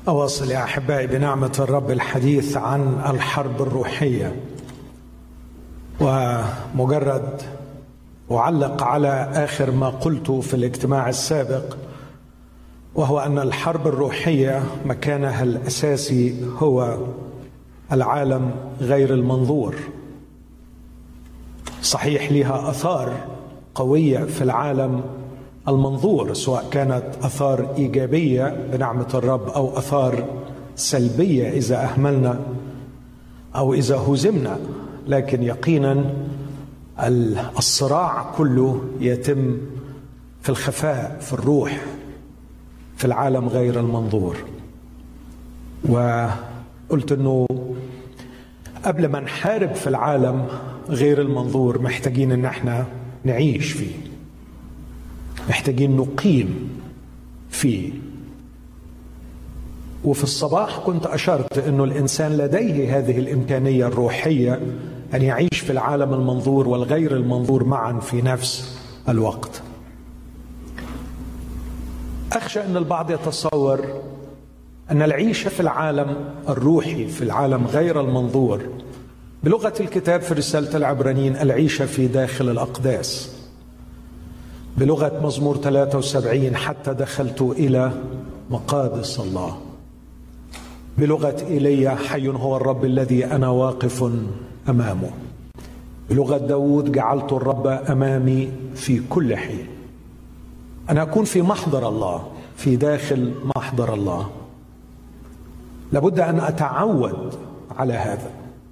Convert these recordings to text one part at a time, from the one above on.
أواصل يا أحبائي بنعمة الرب الحديث عن الحرب الروحية، ومجرد أعلق على آخر ما قلته في الاجتماع السابق، وهو أن الحرب الروحية مكانها الأساسي هو العالم غير المنظور. صحيح لها آثار قوية في العالم المنظور، سواء كانت آثار إيجابية بنعمة الرب أو آثار سلبية إذا أهملنا أو إذا هزمنا، لكن يقينا الصراع كله يتم في الخفاء، في الروح، في العالم غير المنظور. وقلت أنه قبل ما نحارب في العالم غير المنظور محتاجين أن احنا نعيش فيه، محتاجين نقيم فيه. وفي الصباح كنت أشرت أنه الإنسان لديه هذه الإمكانية الروحية أن يعيش في العالم المنظور والغير المنظور معا في نفس الوقت. أخشى أن البعض يتصور أن العيشة في العالم الروحي، في العالم غير المنظور، بلغة الكتاب في رسالة العبرانيين العيشة في داخل الأقداس، بلغة مزمور 73 حتى دخلت إلى مقادس الله، بلغة إيليا حي هو الرب الذي أنا واقف أمامه، بلغة داود جعلت الرب أمامي في كل حين. أنا أكون في محضر الله، في داخل محضر الله. لابد أن أتعود على هذا.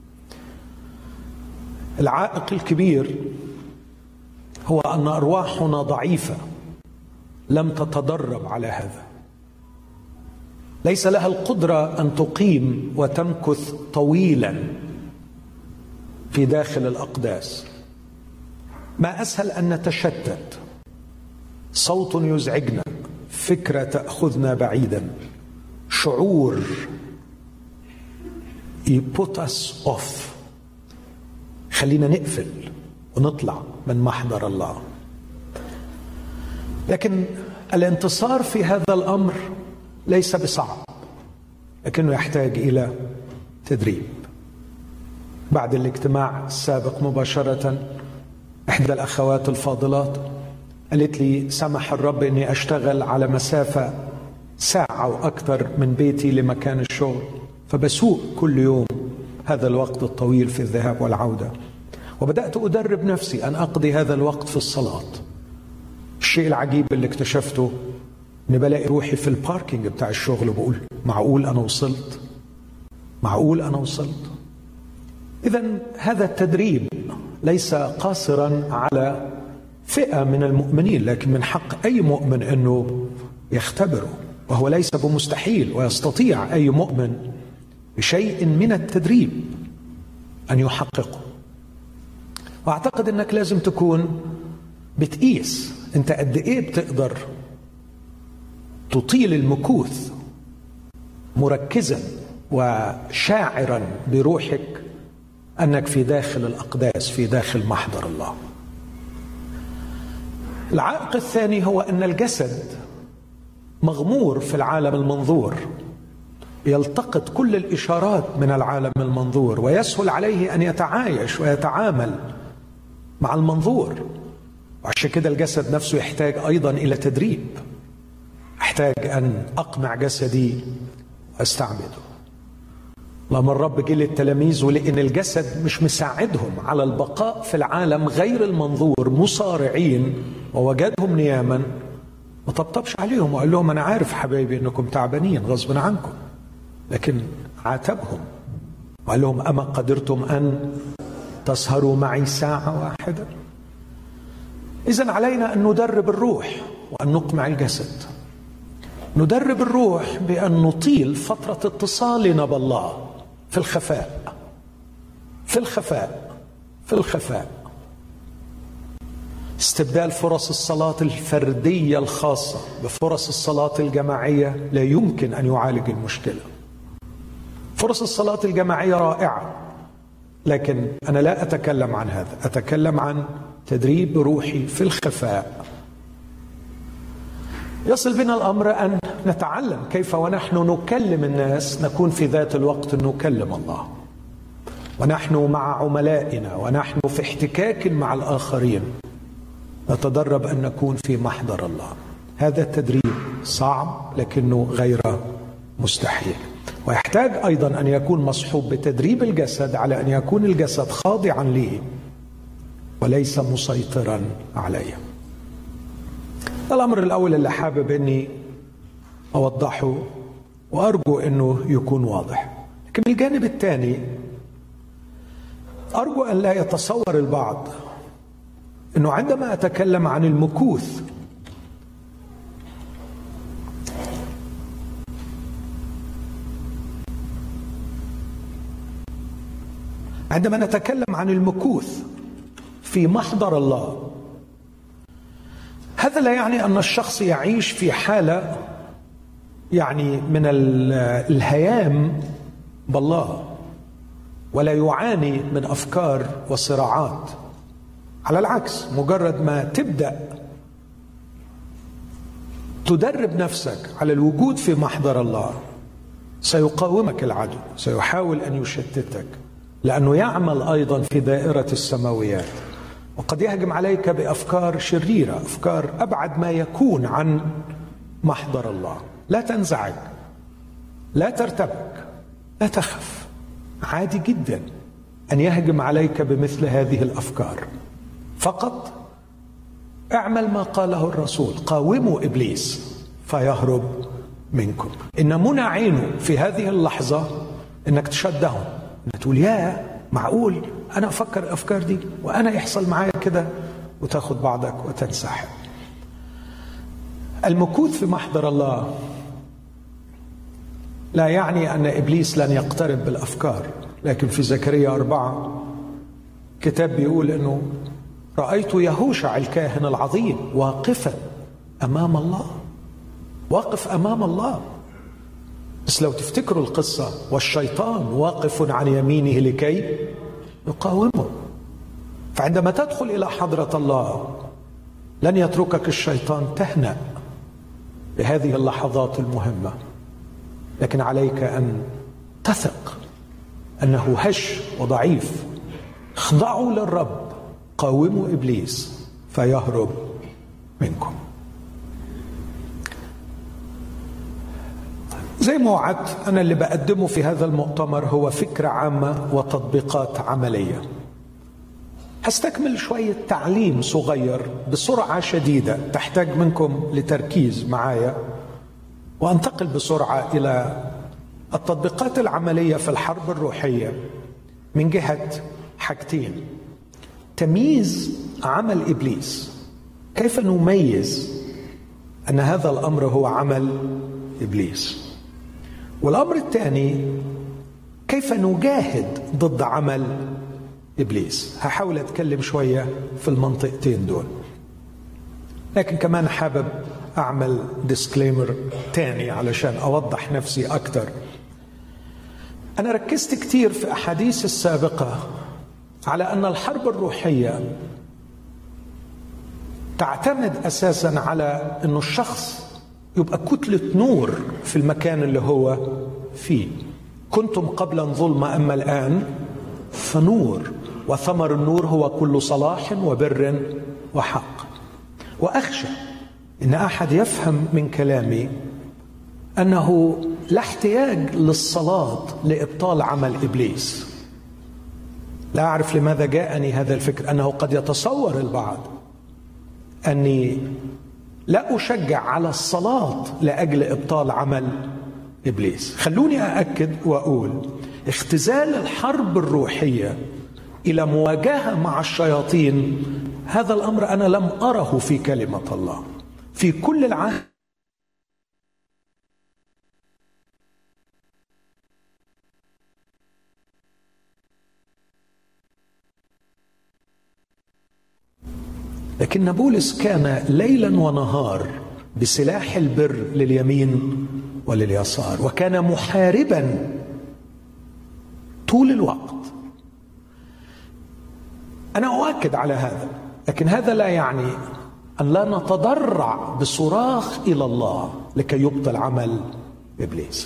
العائق الكبير هو أن أرواحنا ضعيفة، لم تتدرب على هذا، ليس لها القدرة أن تقيم وتمكث طويلا في داخل الأقداس. ما أسهل أن نتشتت، صوت يزعجنا، فكرة تأخذنا بعيدا، شعور put us off، خلينا نقفل ونطلع من محضر الله. لكن الانتصار في هذا الأمر ليس بصعب، لكنه يحتاج إلى تدريب. بعد الاجتماع السابق مباشرة إحدى الأخوات الفاضلات قالت لي سمح الرب أني أشتغل على مسافة ساعة وأكثر من بيتي لمكان الشغل، فبسوق كل يوم هذا الوقت الطويل في الذهاب والعودة، وبدأت أدرب نفسي أن أقضي هذا الوقت في الصلاة. الشيء العجيب اللي اكتشفته أني بلاقي روحي في الباركينج بتاع الشغل وبقول معقول أنا وصلت، معقول أنا وصلت. إذن هذا التدريب ليس قاصرا على فئة من المؤمنين، لكن من حق أي مؤمن أنه يختبره، وهو ليس بمستحيل، ويستطيع أي مؤمن بشيء من التدريب أن يحققه. وأعتقد أنك لازم تكون بتقيس أنت قد إيه بتقدر تطيل المكوث مركزا وشاعرا بروحك أنك في داخل الأقداس، في داخل محضر الله. العائق الثاني هو أن الجسد مغمور في العالم المنظور، يلتقط كل الإشارات من العالم المنظور، ويسهل عليه أن يتعايش ويتعامل مع المنظور. وعشان كده الجسد نفسه يحتاج أيضا إلى تدريب، أحتاج أن أقمع جسدي وأستعبده. لما الرب جه للتلاميذ ولقى الجسد مش مساعدهم على البقاء في العالم غير المنظور، مصارعين، ووجدهم نياما، ما طبطبش عليهم وقال لهم أنا عارف حبايبي أنكم تعبانين غصبا عنكم، لكن عاتبهم وقال لهم أما قدرتم أن تسهروا معي ساعة واحدة؟ إذن علينا أن ندرب الروح وأن نقمع الجسد. ندرب الروح بأن نطيل فترة اتصالنا بالله في الخفاء، في الخفاء، في الخفاء. استبدال فرص الصلاة الفردية الخاصة بفرص الصلاة الجماعية لا يمكن أن يعالج المشكلة. فرص الصلاة الجماعية رائعة، لكن أنا لا أتكلم عن هذا، أتكلم عن تدريب روحي في الخفاء. يصل بنا الأمر أن نتعلم كيف ونحن نكلم الناس نكون في ذات الوقت نكلم الله، ونحن مع عملائنا ونحن في احتكاك مع الآخرين نتدرب أن نكون في محضر الله. هذا التدريب صعب لكنه غير مستحيل، ويحتاج أيضا أن يكون مصحوب بتدريب الجسد على أن يكون الجسد خاضعا لي وليس مسيطرا عليه. الأمر الأول اللي حابب أني أوضحه وأرجو أنه يكون واضح. لكن الجانب الثاني أرجو أن لا يتصور البعض أنه عندما أتكلم عن المكوث عندما نتكلم عن المكوث في محضر الله، هذا لا يعني أن الشخص يعيش في حالة من الهيام بالله ولا يعاني من أفكار وصراعات. على العكس، مجرد ما تبدأ تدرب نفسك على الوجود في محضر الله سيقاومك العدو، سيحاول أن يشتتك، لأنه يعمل أيضا في دائرة السماويات، وقد يهجم عليك بأفكار شريرة، أفكار أبعد ما يكون عن محضر الله. لا تنزعج، لا ترتبك، لا تخف. عادي جدا أن يهجم عليك بمثل هذه الأفكار، فقط اعمل ما قاله الرسول: قاوموا إبليس فيهرب منكم. إن منى عينه في هذه اللحظة إنك تشدهم، إنك تقول يا معقول أنا أفكر الأفكار دي وأنا يحصل معايا كده، وتاخد بعضك وتنسحب. المكوث في محضر الله لا يعني أن إبليس لن يقترب بالأفكار، لكن في زكريا 4 كتاب بيقول أنه رأيت يهوشع الكاهن العظيم واقفا أمام الله، واقف أمام الله. بس لو تفتكروا القصة، والشيطان واقف عن يمينه لكي يقاومه. فعندما تدخل إلى حضرة الله لن يتركك الشيطان تهنأ بهذه اللحظات المهمة، لكن عليك أن تثق أنه هش وضعيف. اخضعوا للرب، قاوموا إبليس فيهرب منكم. زي ما وعدت، أنا اللي بقدمه في هذا المؤتمر هو فكرة عامة وتطبيقات عملية. هستكمل شوية تعليم صغير بسرعة شديدة تحتاج منكم لتركيز معايا، وأنتقل بسرعة إلى التطبيقات العملية في الحرب الروحية من جهة حاجتين: تمييز عمل إبليس، كيف نميز أن هذا الأمر هو عمل إبليس، والأمر الثاني كيف نجاهد ضد عمل إبليس. هحاول أتكلم شوية في المنطقتين دول، لكن كمان حابب أعمل ديسكليمر تاني علشان أوضح نفسي أكتر. أنا ركزت كتير في أحاديث السابقة على أن الحرب الروحية تعتمد أساساً على أن الشخص يبقى كتلة نور في المكان اللي هو فيه. كنتم قبلا ظلم أما الآن فنور، وثمر النور هو كل صلاح وبر وحق. وأخشى إن أحد يفهم من كلامي أنه لا احتياج للصلاة لإبطال عمل إبليس. لا أعرف لماذا جاءني هذا الفكر، أنه قد يتصور البعض أني لا أشجع على الصلاة لأجل إبطال عمل إبليس. خلوني أأكد وأقول: اختزال الحرب الروحية إلى مواجهة مع الشياطين، هذا الأمر أنا لم أره في كلمة الله في كل العهد. لكن بولس كان ليلا ونهار بسلاح البر لليمين ولليسار، وكان محاربا طول الوقت. أنا أؤكد على هذا، لكن هذا لا يعني أن لا نتضرع بصراخ إلى الله لكي يبطل عمل إبليس.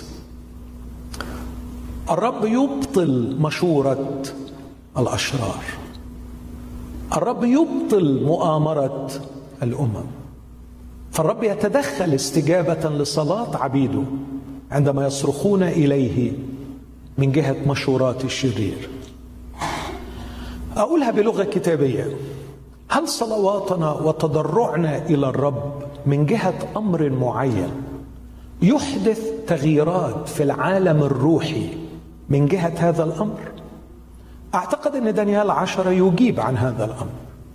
الرب يبطل مشورة الأشرار، الرب يبطل مؤامرة الأمم، فالرب يتدخل استجابة لصلاة عبيده عندما يصرخون إليه من جهة مشورات الشرير. أقولها بلغة كتابية: هل صلواتنا وتضرعنا إلى الرب من جهة أمر معين يحدث تغييرات في العالم الروحي من جهة هذا الأمر؟ أعتقد أن دانيال 10 يجيب عن هذا الأمر.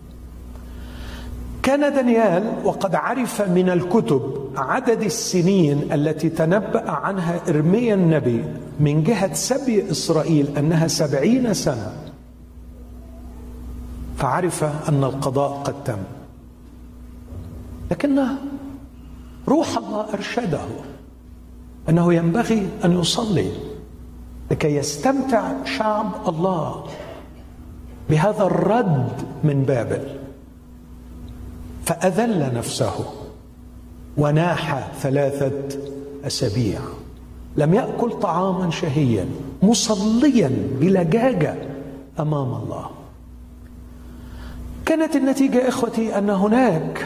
كان دانيال وقد عرف من الكتب عدد السنين التي تنبأ عنها إرميا النبي من جهة سبي إسرائيل أنها 70 سنة، فعرف أن القضاء قد تم، لكن روح الله أرشده أنه ينبغي أن يصلي لكي يستمتع شعب الله بهذا الرد من بابل. فأذل نفسه وناح 3 أسابيع، لم يأكل طعاما شهيا، مصليا بلجاجة أمام الله. كانت النتيجة إخوتي أن هناك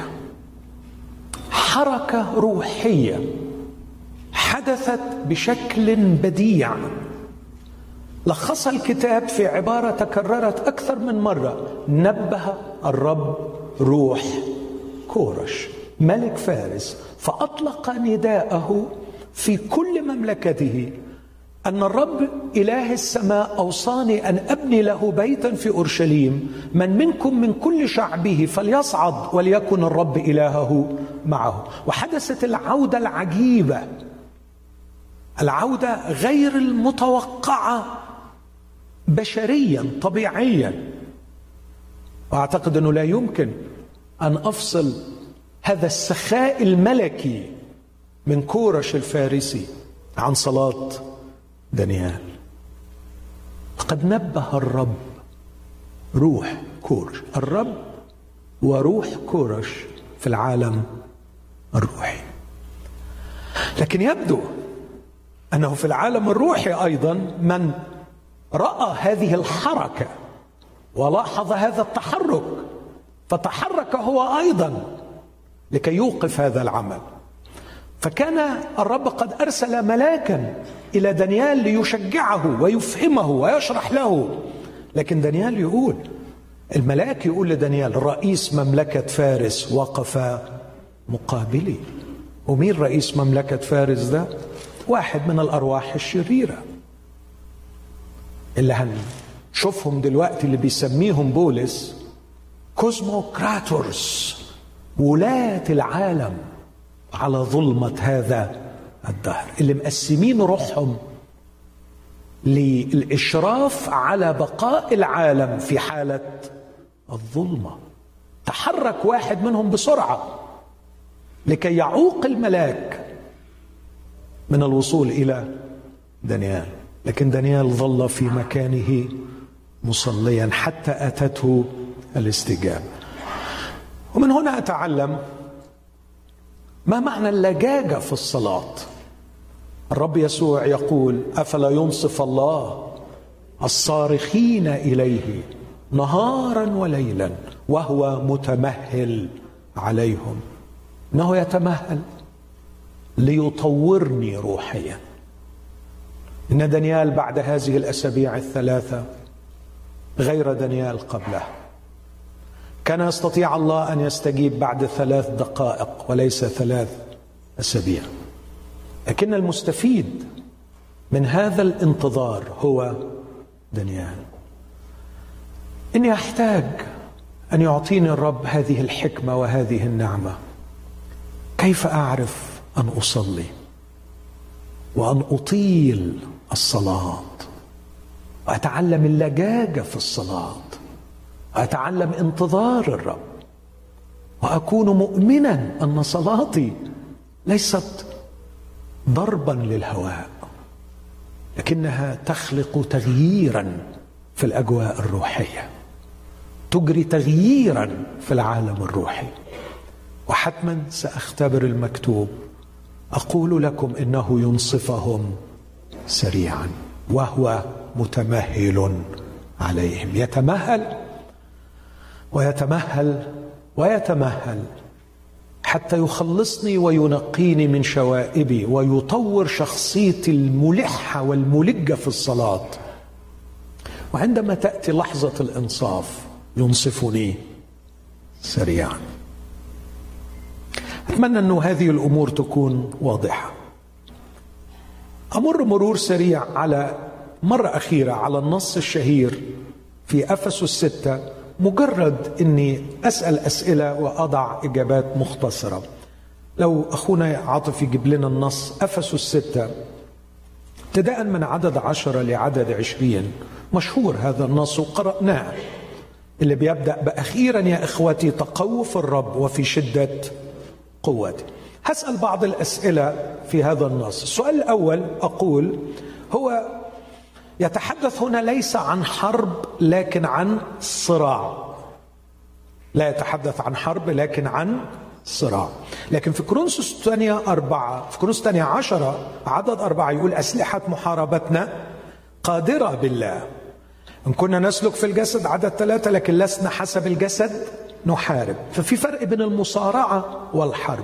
حركة روحية حدثت بشكل بديع لخص الكتاب في عبارة تكررت أكثر من مرة: نبه الرب روح كورش ملك فارس فأطلق نداءه في كل مملكته أن الرب إله السماء أوصاني أن أبني له بيتا في أورشليم، من منكم من كل شعبه فليصعد وليكن الرب إلهه معه. وحدثت العودة العجيبة، العودة غير المتوقعة بشريا طبيعيا. وأعتقد أنه لا يمكن أن أفصل هذا السخاء الملكي من كورش الفارسي عن صلاة دانيال. قد نبه الرب روح كورش، الرب وروح كورش في العالم الروحي. لكن يبدو أنه في العالم الروحي أيضا من رأى هذه الحركة ولاحظ هذا التحرك فتحرك هو أيضا لكي يوقف هذا العمل. فكان الرب قد أرسل ملاكا إلى دانيال ليشجعه ويفهمه ويشرح له. لكن دانيال يقول، الملاك يقول لدانيال: رئيس مملكة فارس وقف مقابلي. ومين رئيس مملكة فارس ده؟ واحد من الأرواح الشريرة اللي هنشوفهم دلوقتي، اللي بيسميهم بولس كوزموكراتورس، ولاة العالم على ظلمة هذا الدهر، اللي مقسمين روحهم للإشراف على بقاء العالم في حالة الظلمة. تحرك واحد منهم بسرعة لكي يعوق الملاك من الوصول إلى دانيال، لكن دانيال ظل في مكانه مصليا حتى أتته الاستجابة. ومن هنا أتعلم ما معنى اللجاجة في الصلاة. الرب يسوع يقول: أفلا ينصف الله الصارخين إليه نهارا وليلا وهو متمهل عليهم. إنه يتمهل ليطورني روحيا. إن دانيال بعد هذه الأسابيع 3 غير دانيال قبله. كان يستطيع الله أن يستجيب بعد 3 دقائق وليس 3 أسابيع. لكن المستفيد من هذا الانتظار هو دانيال. إني أحتاج أن يعطيني الرب هذه الحكمة وهذه النعمة. كيف أعرف أن أصلي وأن أطيل الصلاة، وأتعلم اللجاجة في الصلاة، وأتعلم انتظار الرب، وأكون مؤمنا أن صلاتي ليست ضربا للهواء، لكنها تخلق تغييرا في الأجواء الروحية، تجري تغييرا في العالم الروحي. وحتما سأختبر المكتوب، أقول لكم إنه ينصفهم سريعا وهو متمهل عليهم. يتمهل ويتمهل ويتمهل حتى يخلصني وينقيني من شوائبي ويطور شخصيتي الملحة والملجة في الصلاة. وعندما تأتي لحظة الإنصاف ينصفني سريعا. أتمنى أن هذه الأمور تكون واضحة. أمر مرور سريع على مرة أخيرة على النص الشهير في أفسس 6، مجرد أني أسأل أسئلة وأضع إجابات مختصرة. لو أخونا عاطف يجيب لنا النص أفسس 6 ابتداء من عدد 10 لعدد 20. مشهور هذا النص وقرأناه، اللي بيبدأ بأخيرا يا إخوتي تقووا في الرب وفي شدة قوته. هسأل بعض الأسئلة في هذا النص. السؤال الأول أقول هو يتحدث هنا ليس عن حرب لكن عن صراع. لا يتحدث عن حرب لكن عن صراع. لكن في كورنثوس الثانية 4، في كورنثوس الثانية 10 عدد 4 يقول أسلحة محاربتنا قادرة بالله إن كنا نسلك في الجسد عدد 3 لكن لسنا حسب الجسد نحارب. ففي فرق بين المصارعة والحرب.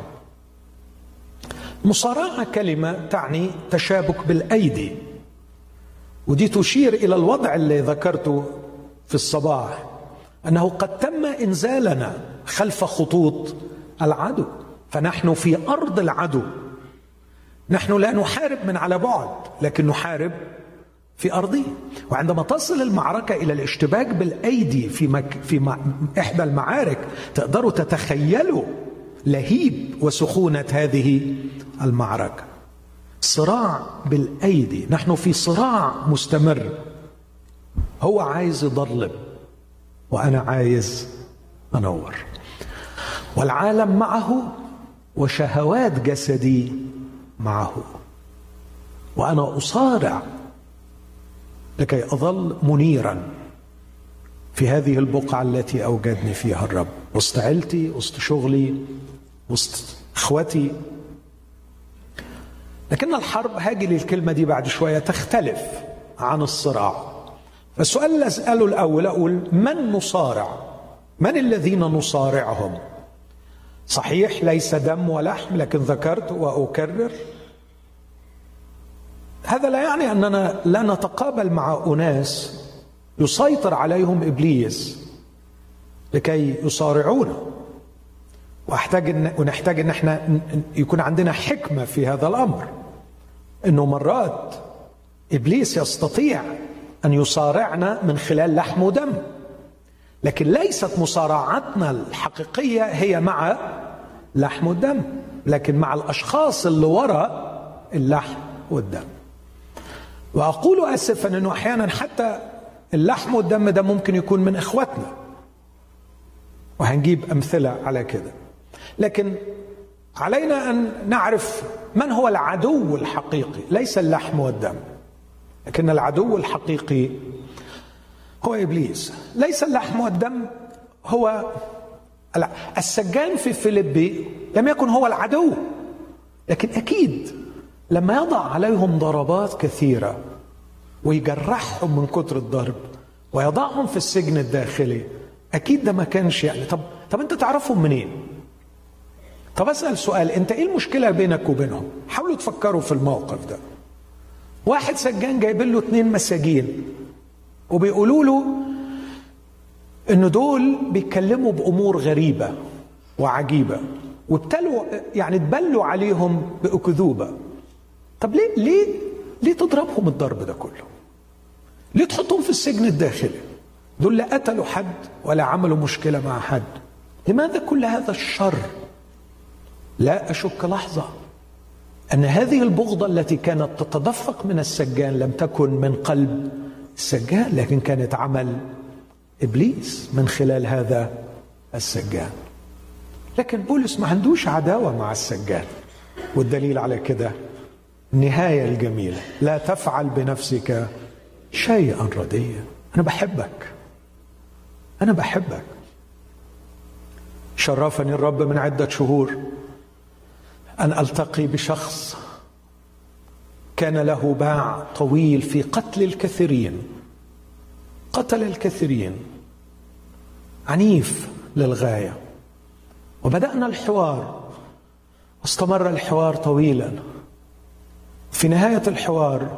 مصارعة كلمة تعني تشابك بالأيدي، ودي تشير إلى الوضع اللي ذكرته في الصباح، أنه قد تم إنزالنا خلف خطوط العدو، فنحن في أرض العدو. نحن لا نحارب من على بعد لكن نحارب في أرضه. وعندما تصل المعركة إلى الاشتباك بالأيدي في إحدى المعارك، تقدروا تتخيلوا لهيب وسخونة هذه المعركة. صراع بالأيدي، نحن في صراع مستمر. هو عايز يضلم وأنا عايز أنور، والعالم معه وشهوات جسدي معه، وأنا أصارع لكي أظل منيرا في هذه البقعة التي أوجدني فيها الرب، وسط عيلتي، وسط شغلي، وسط إخوتي. لكن الحرب، هاجي للكلمة دي بعد شوية، تختلف عن الصراع. فالسؤال اللي أسأله الأول أقول من نصارع؟ من الذين نصارعهم؟ صحيح ليس دم ولحم، لكن ذكرت وأكرر هذا لا يعني أننا لا نتقابل مع أناس يسيطر عليهم إبليس لكي يصارعونا، ونحتاج أن احنا يكون عندنا حكمة في هذا الأمر، أنه مرات إبليس يستطيع أن يصارعنا من خلال لحم ودم، لكن ليست مصارعتنا الحقيقية هي مع لحم والدم، لكن مع الأشخاص اللي وراء اللحم والدم. وأقول أسفا أنه أحيانا حتى اللحم والدم ده ممكن يكون من إخوتنا، وهنجيب أمثلة على كده. لكن علينا أن نعرف من هو العدو الحقيقي، ليس اللحم والدم، لكن العدو الحقيقي هو إبليس. ليس اللحم والدم هو السجان في فيليبي لم يكن هو العدو، لكن أكيد لما يضع عليهم ضربات كثيرة ويجرحهم من كتر الضرب ويضعهم في السجن الداخلي، أكيد ده ما كانش يعني طب أنت تعرفهم منين؟ طب أسأل سؤال، أنت إيه المشكلة بينك وبينهم؟ حاولوا تفكروا في الموقف ده. واحد سجان جايبين له 2 مساجين وبيقولوا له إنه دول بيتكلموا بأمور غريبة وعجيبة، وابتلوا يعني تبلوا عليهم بأكذوبة. طب ليه تضربهم الضرب ده كله؟ ليه تحطهم في السجن الداخلي؟ دول لا قتلوا حد ولا عملوا مشكلة مع حد. لماذا كل هذا الشر؟ لا أشك لحظة أن هذه البغضة التي كانت تتدفق من السجان لم تكن من قلب السجان، لكن كانت عمل إبليس من خلال هذا السجان. لكن بولس ما عندوش عداوة مع السجان، والدليل على كده النهاية الجميلة: لا تفعل بنفسك شيئا رديا. أنا بحبك. شرفني الرب من عدة شهور أن ألتقي بشخص كان له باع طويل في قتل الكثيرين، قتل الكثيرين، عنيف للغاية. وبدأنا الحوار، واستمر الحوار طويلا. في نهاية الحوار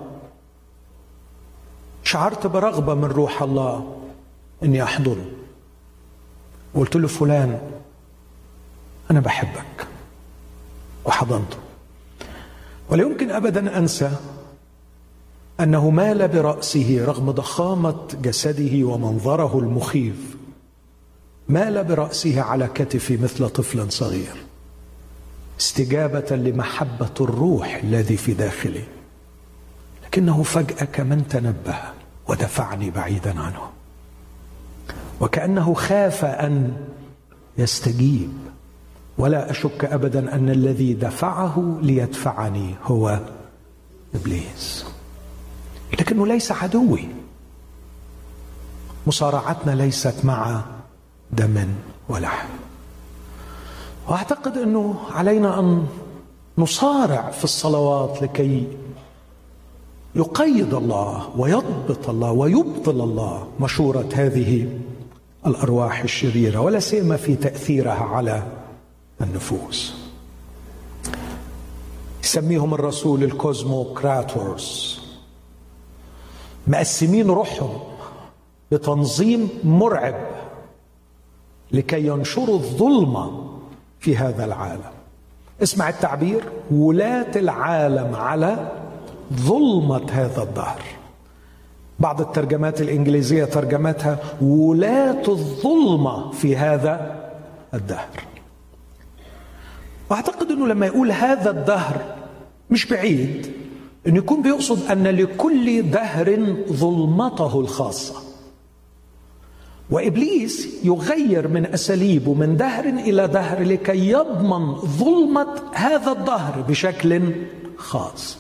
شعرت برغبة من روح الله إني أحضنه. قلت له: فلان أنا بحبك، وحضنته. ولا يمكن أبدا أنسى أنه مال برأسه رغم ضخامة جسده ومنظره المخيف، مال برأسه على كتفي مثل طفل صغير، استجابة لمحبة الروح الذي في داخلي. لكنه فجأة كمن تنبه ودفعني بعيدا عنه، وكأنه خاف أن يستجيب. ولا أشك أبدا أن الذي دفعه ليدفعني هو إبليس، لكنه ليس عدوي. مصارعتنا ليست مع دم ولحم. وأعتقد أنه علينا أن نصارع في الصلوات لكي يقيد الله ويضبط الله ويبطل الله مشورة هذه الأرواح الشريرة، ولا سيما في تأثيرها على النفوس. يسميهم الرسول الكوزموكراتورز، مقسمين روحهم بتنظيم مرعب لكي ينشروا الظلمة في هذا العالم. اسمع التعبير: ولاة العالم على ظلمة هذا الدهر. بعض الترجمات الإنجليزية ترجمتها ولاة الظلمة في هذا الدهر. وأعتقد أنه لما يقول هذا الدهر مش بعيد أنه يكون بيقصد أن لكل دهر ظلمته الخاصة، وإبليس يغير من أساليبه من دهر إلى دهر لكي يضمن ظلمة هذا الدهر بشكل خاص.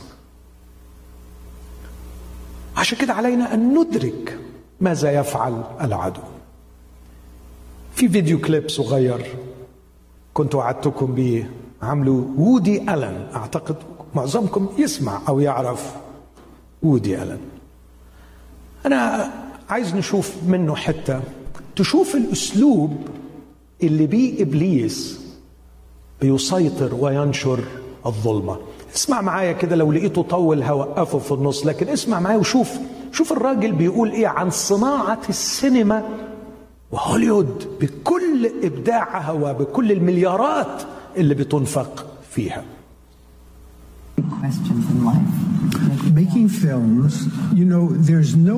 عشان كده علينا أن ندرك ماذا يفعل العدو. في فيديو كليب صغير كنت وعدتكم به، عملوا وودي ألن. أعتقد معظمكم يسمع أو يعرف وودي ألن. أنا عايز نشوف منه حتى تشوف الأسلوب اللي بيه إبليس بيسيطر وينشر الظلمة. اسمع معايا كده، لو لقيته طول هوقفه في النص، لكن اسمع معايا وشوف الراجل بيقول ايه عن صناعة السينما وهوليوود بكل إبداعها وبكل المليارات اللي بتنفق فيها. Making films, you know, there's no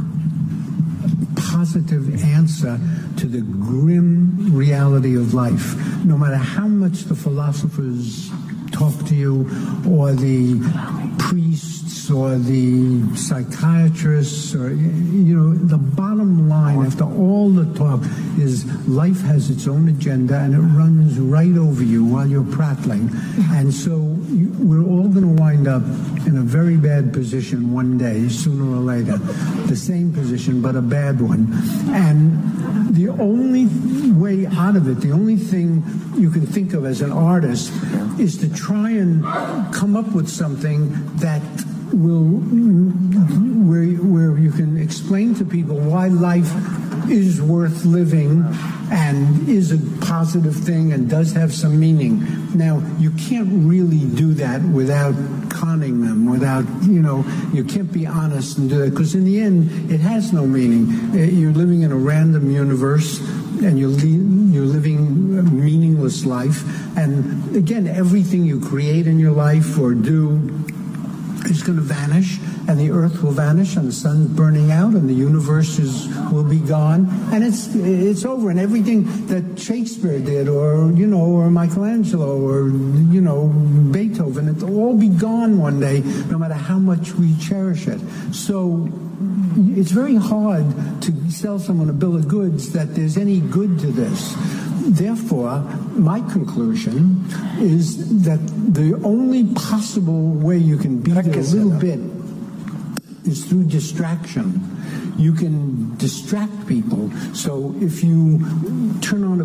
positive answer to the grim reality of life. No matter how much the philosophers talk to you, or the priests, or the psychiatrists, or, you know, the bottom line after all the talk is life has its own agenda and it runs right over you while you're prattling. And so we're all going to wind up in a very bad position one day, sooner or later. The same position, but a bad one. And the only way out of it, the only thing you can think of as an artist, is to try and come up with something that will, where you can explain to people why life is worth living and is a positive thing and does have some meaning. Now, you can't really do that without conning them, without, you know, you can't be honest and do that, because in the end, it has no meaning. You're living in a random universe, and you're living a meaningless life. And again, everything you create in your life or do is going to vanish, and the earth will vanish, and the sun's burning out, and the universe will be gone, and it's over. And everything that Shakespeare did, or, you know, or Michelangelo, or, you know, Beethoven, it'll all be gone one day, no matter how much we cherish it. So it's very hard to sell someone a bill of goods that there's any good to this. Therefore, my conclusion is that the only possible way you can beat it a little bit is through distraction. You can distract people. So if you turn on a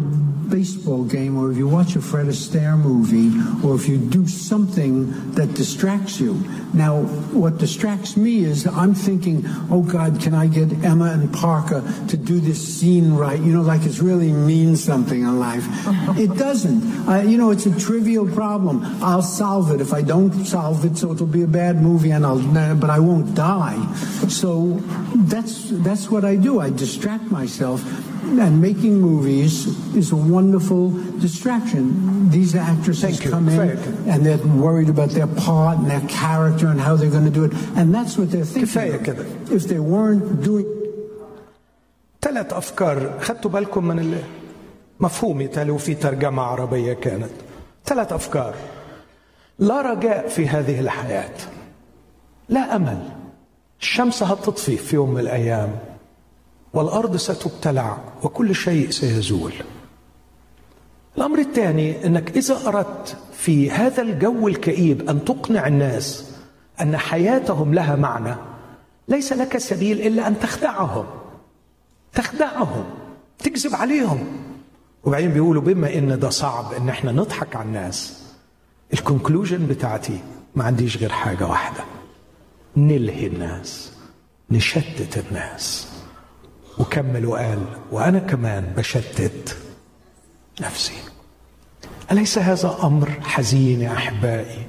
baseball game, or if you watch a Fred Astaire movie, or if you do something that distracts you. Now, what distracts me is I'm thinking, oh God, can I get Emma and Parker to do this scene right? You know, like it really means something in life. It doesn't. You know, it's a trivial problem. I'll solve it. If I don't solve it, so it'll be a bad movie, but I won't die. So that's what I do. I distract myself, and making movies is a wonderful distraction. These actresses come in and they're worried about their part and their character and how they're going to do it, and that's what they're thinking. If they weren't doing 3 أفكار خدتوا بالكم من مفهومي تالو في ترجمة عربية كانت 3 أفكار. لا رجاء في هذه الحياة، لا أمل، الشمس هتطفي في يوم من الأيام والأرض ستبتلع وكل شيء سيزول. الأمر الثاني أنك إذا أردت في هذا الجو الكئيب أن تقنع الناس أن حياتهم لها معنى، ليس لك سبيل إلا أن تخدعهم، تكذب عليهم. وبعدين بيقولوا بما إن ده صعب إن احنا نضحك على الناس، الكونكلوجن بتاعتي ما عنديش غير حاجة واحدة: نلهي الناس، نشتت الناس. وكمل وقال: وأنا كمان بشتت نفسي. أليس هذا أمر حزين يا أحبائي؟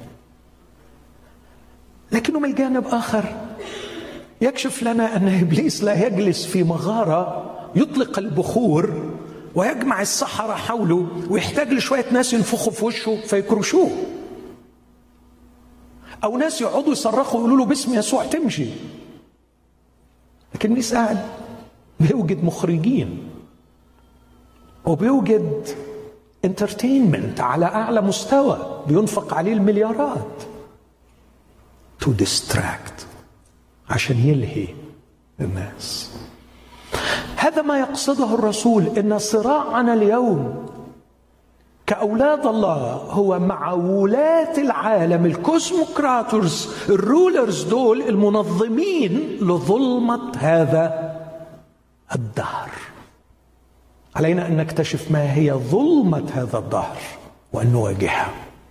لكنه من جانب آخر يكشف لنا أن إبليس لا يجلس في مغارة يطلق البخور ويجمع السحرة حوله ويحتاج لشوية ناس ينفخوا في وشه فيكرشوه، أو ناس يقعدوا يصرخوا ويقولوا له باسم يسوع تمشي. لكن إبليس قاعد بيوجد مخرجين وبيوجد انترتينمنت على أعلى مستوى بينفق عليه المليارات to distract، عشان يلهي الناس. هذا ما يقصده الرسول، إن صراعنا اليوم كأولاد الله هو مع ولاة العالم، الكوسموكراتورز، الرولرز، دول المنظمين لظلمة هذا الدهر. علينا أن نكتشف ما هي ظلمة هذا الدهر وأن نواجهها.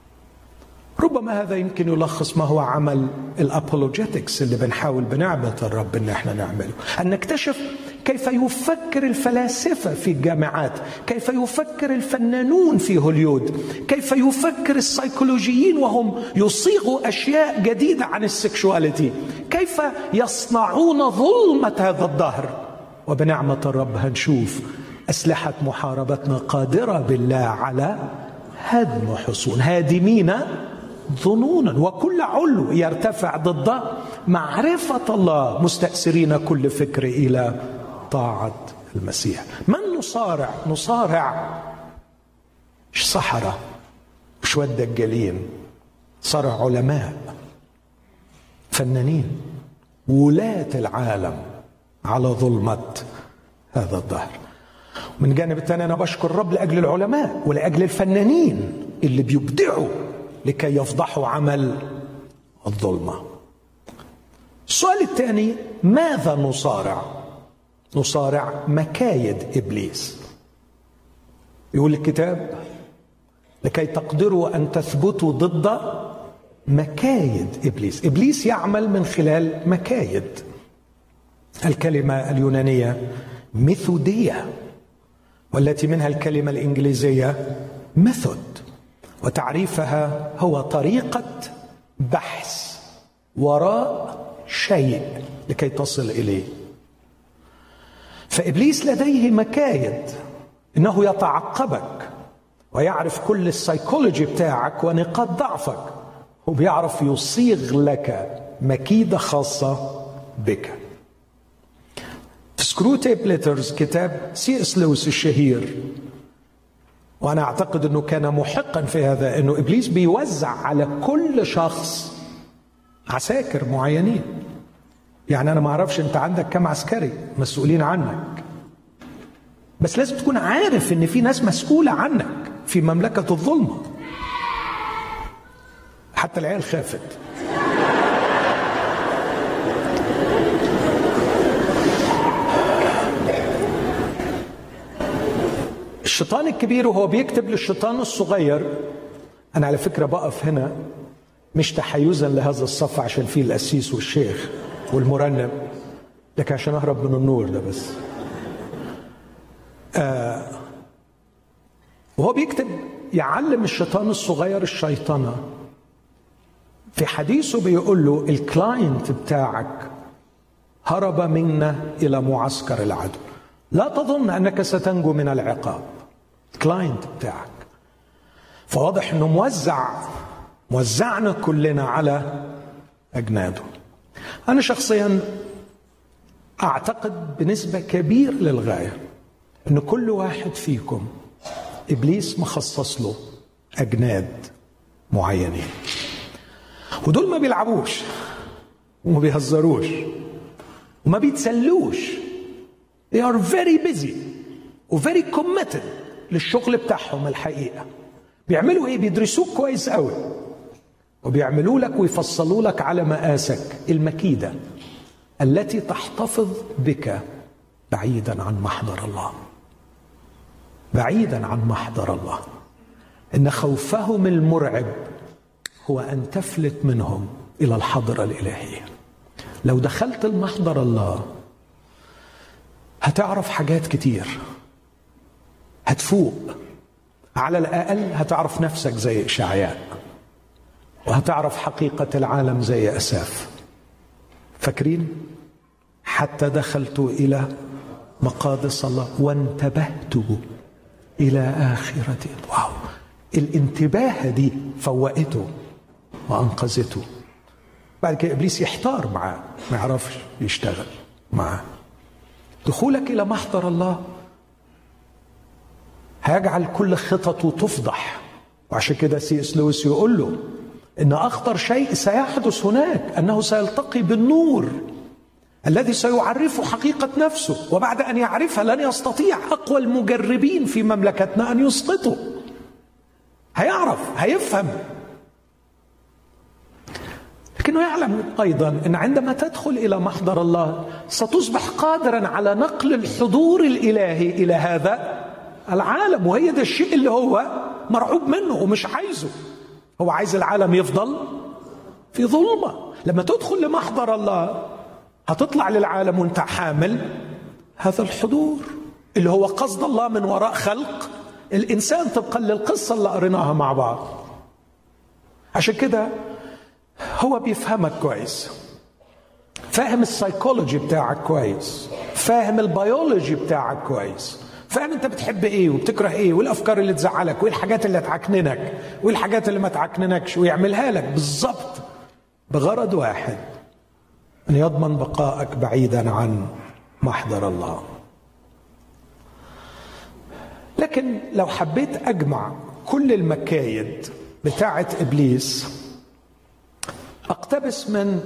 ربما هذا يمكن يلخص ما هو عمل الأبولوجيتكس اللي بنحاول بنعمة الرب إن احنا نعمله، أن نكتشف كيف يفكر الفلاسفة في الجامعات، كيف يفكر الفنانون في هوليود، كيف يفكر السيكولوجيين وهم يصيغوا أشياء جديدة عن السكشواليتي، كيف يصنعون ظلمة هذا الدهر. وبنعمة الرب هنشوف أسلحة محاربتنا قادرة بالله على هدم حصون، هادمين ظنونا وكل علو يرتفع ضد معرفة الله، مستأثرين كل فكر إلى طاعة المسيح. من نصارع مش سحرة، مش دجالين، صارع علماء، فنانين، ولاة العالم على ظلمة هذا الدهر. من جانب الثاني أنا بشكر الرب لأجل العلماء ولأجل الفنانين اللي بيبدعوا لكي يفضحوا عمل الظلمة. السؤال الثاني: ماذا نصارع؟ نصارع مكايد إبليس. يقول الكتاب: لكي تقدروا أن تثبتوا ضد مكايد إبليس. إبليس يعمل من خلال مكايد. الكلمة اليونانية ميثودية، والتي منها الكلمة الإنجليزية ميثود، وتعريفها هو طريقة بحث وراء شيء لكي تصل إليه. فإبليس لديه مكايد، إنه يتعقبك ويعرف كل السيكولوجي بتاعك ونقاط ضعفك، وبيعرف يصيغ لك مكيدة خاصة بك. في سكروتيب ليترز، كتاب سي اس لويس الشهير، وأنا أعتقد أنه كان محقا في هذا، أنه إبليس بيوزع على كل شخص عساكر معينين. يعني أنا ما أعرفش أنت عندك كم عسكري مسؤولين عنك، بس لازم تكون عارف أن في ناس مسؤولة عنك في مملكة الظلمة. حتى العيال خافت. الشيطان الكبير وهو بيكتب للشيطان الصغير. أنا على فكرة بقف هنا مش تحيزا لهذا الصف عشان فيه القسيس والشيخ والمرنم، لكن عشان أهرب من النور ده بس. وهو بيكتب يعلم الشيطان الصغير الشيطنة. في حديثه بيقول له الكلاينت بتاعك هرب منا إلى معسكر العدو، لا تظن أنك ستنجو من العقاب. الكلاينت بتاعك. فواضح أنه موزعنا كلنا على أجناده. أنا شخصيا أعتقد بنسبة كبيرة للغاية أن كل واحد فيكم إبليس مخصص له أجناد معينين، ودول ما بيلعبوش وما بيهزروش وما بيتسلوش. They are very busy و very committed للشغل بتاعهم. الحقيقة بيعملوا إيه؟ بيدرسوك كويس قوي وبيعملوا لك ويفصلوا لك على مقاسك المكيدة التي تحتفظ بك بعيدا عن محضر الله. بعيدا عن محضر الله. إن خوفهم المرعب هو أن تفلت منهم إلى الحضرة الإلهية. لو دخلت المحضر الله هتعرف حاجات كتير، هتفوق، على الأقل هتعرف نفسك زي إشعياء، وهتعرف حقيقة العالم زي أساف. فاكرين؟ حتى دخلت إلى مقادس الله وانتبهت إلى آخرته. واو، الانتباه دي فوقته وأنقذته. بعد كده إبليس يحتار معاه، ما يعرفش يشتغل معاه. دخولك إلى محضر الله هيجعل كل خططه تفضح. وعشان كده سي.اس. لويس يقول له إن أخطر شيء سيحدث هناك أنه سيلتقي بالنور الذي سيعرفه حقيقة نفسه، وبعد أن يعرفها لن يستطيع أقوى المجربين في مملكتنا أن يسقطه. هيعرف، هيفهم، لكنه يعلم أيضا أن عندما تدخل إلى محضر الله ستصبح قادرا على نقل الحضور الإلهي إلى هذا العالم. وهي ده الشيء اللي هو مرعوب منه ومش عايزه. هو عايز العالم يفضل في ظلمة. لما تدخل لمحضر الله هتطلع للعالم وانت حامل هذا الحضور اللي هو قصد الله من وراء خلق الإنسان طبقا للقصة اللي قريناها مع بعض. عشان كده هو بيفهمك كويس، فاهم السايكولوجي بتاعك كويس، فاهم البيولوجي بتاعك كويس، فاهم انت بتحب ايه وبتكره ايه، والافكار اللي تزعلك، وايه الحاجات اللي تعكننك وايه الحاجات اللي ما تعكننكش، ويعملها لك بالظبط بغرض واحد، ان يضمن بقائك بعيدا عن محضر الله. لكن لو حبيت اجمع كل المكايد بتاعه ابليس، اقتبس من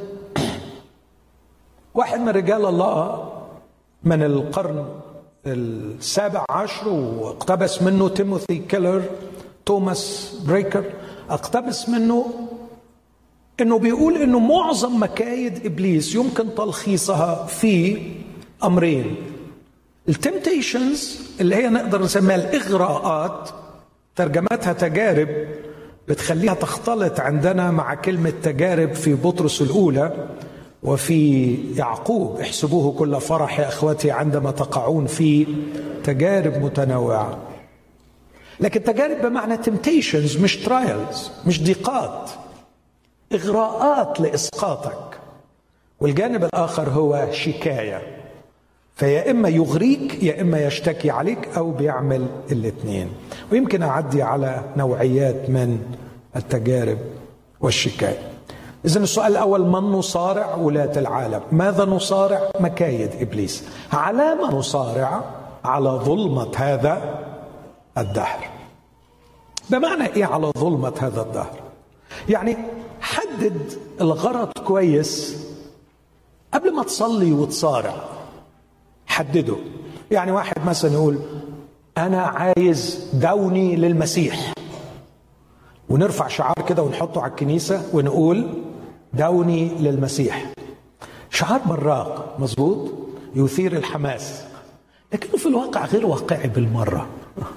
واحد من رجال الله من القرن السابع عشر، واقتبس منه تيموثي كيلر، توماس بريكر. اقتبس منه انه بيقول انه معظم مكايد ابليس يمكن تلخيصها في امرين: التمتيشنز اللي هي نقدر نسميها الاغراءات، ترجمتها تجارب، بتخليها تختلط عندنا مع كلمة تجارب في بطرس الأولى وفي يعقوب: احسبوه كل فرح يا أخوتي عندما تقعون في تجارب متنوعة. لكن تجارب بمعنى temptations، مش trials، مش ضيقات، إغراءات لإسقاطك. والجانب الآخر هو شكاية، فيا إما يغريك يا إما يشتكي عليك، أو بيعمل الاثنين. ويمكن أعدي على نوعيات من التجارب والشكاية. إذن السؤال الأول: من نصارع؟ ولاة العالم. ماذا نصارع؟ مكايد إبليس. على ما نصارع؟ على ظلمة هذا الدهر. بمعنى إيه على ظلمة هذا الدهر؟ يعني حدد الغرض كويس قبل ما تصلي وتصارع. حدده. يعني واحد مثلا يقول أنا عايز دوني للمسيح، ونرفع شعار كده ونحطه على الكنيسة ونقول دوني للمسيح. شعار براق، مظبوط، يثير الحماس، لكنه في الواقع غير واقعي بالمرة.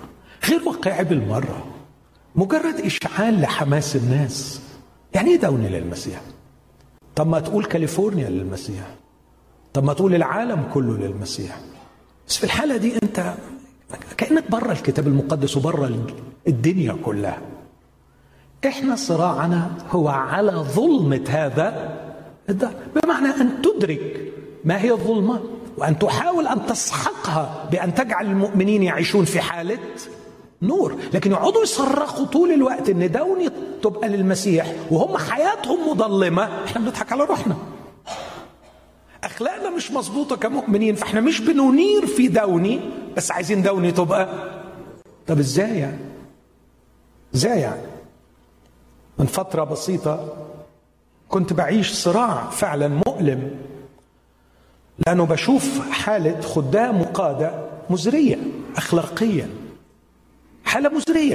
غير واقعي بالمرة، مجرد إشعال لحماس الناس. يعني إيه دوني للمسيح؟ طب ما تقول كاليفورنيا للمسيح، طب ما تقول العالم كله للمسيح. بس في الحالة دي أنت كأنك بره الكتاب المقدس وبره الدنيا كلها. إحنا صراعنا هو على ظلمة هذا الدهر، بمعنى أن تدرك ما هي الظلمة وأن تحاول أن تسحقها بأن تجعل المؤمنين يعيشون في حالة نور. لكن يقعدوا يصرخوا طول الوقت إن دوني تبقى للمسيح وهم حياتهم مظلمة. إحنا بنضحك على روحنا، أخلاقنا مش مظبوطة كمؤمنين، فإحنا مش بننير في دوني، بس عايزين دوني تبقى. طب إزاي يعني؟ إزاي يعني؟ من فترة بسيطة كنت بعيش صراع فعلا مؤلم، لأنه بشوف حالة خدام وقادة مزرية أخلاقيا، حالة مزرية،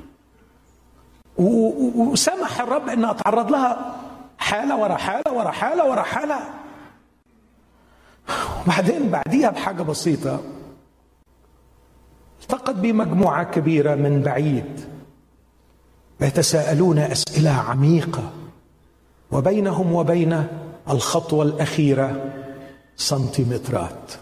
وسمح الرب أن أتعرض لها حالة ورا حالة ورا حالة ورا حالة. وبعدين بعديها بحاجة بسيطة التقت بي مجموعة كبيرة من بعيد يتساءلون أسئلة عميقة، وبينهم وبين الخطوة الأخيرة سنتيمترات.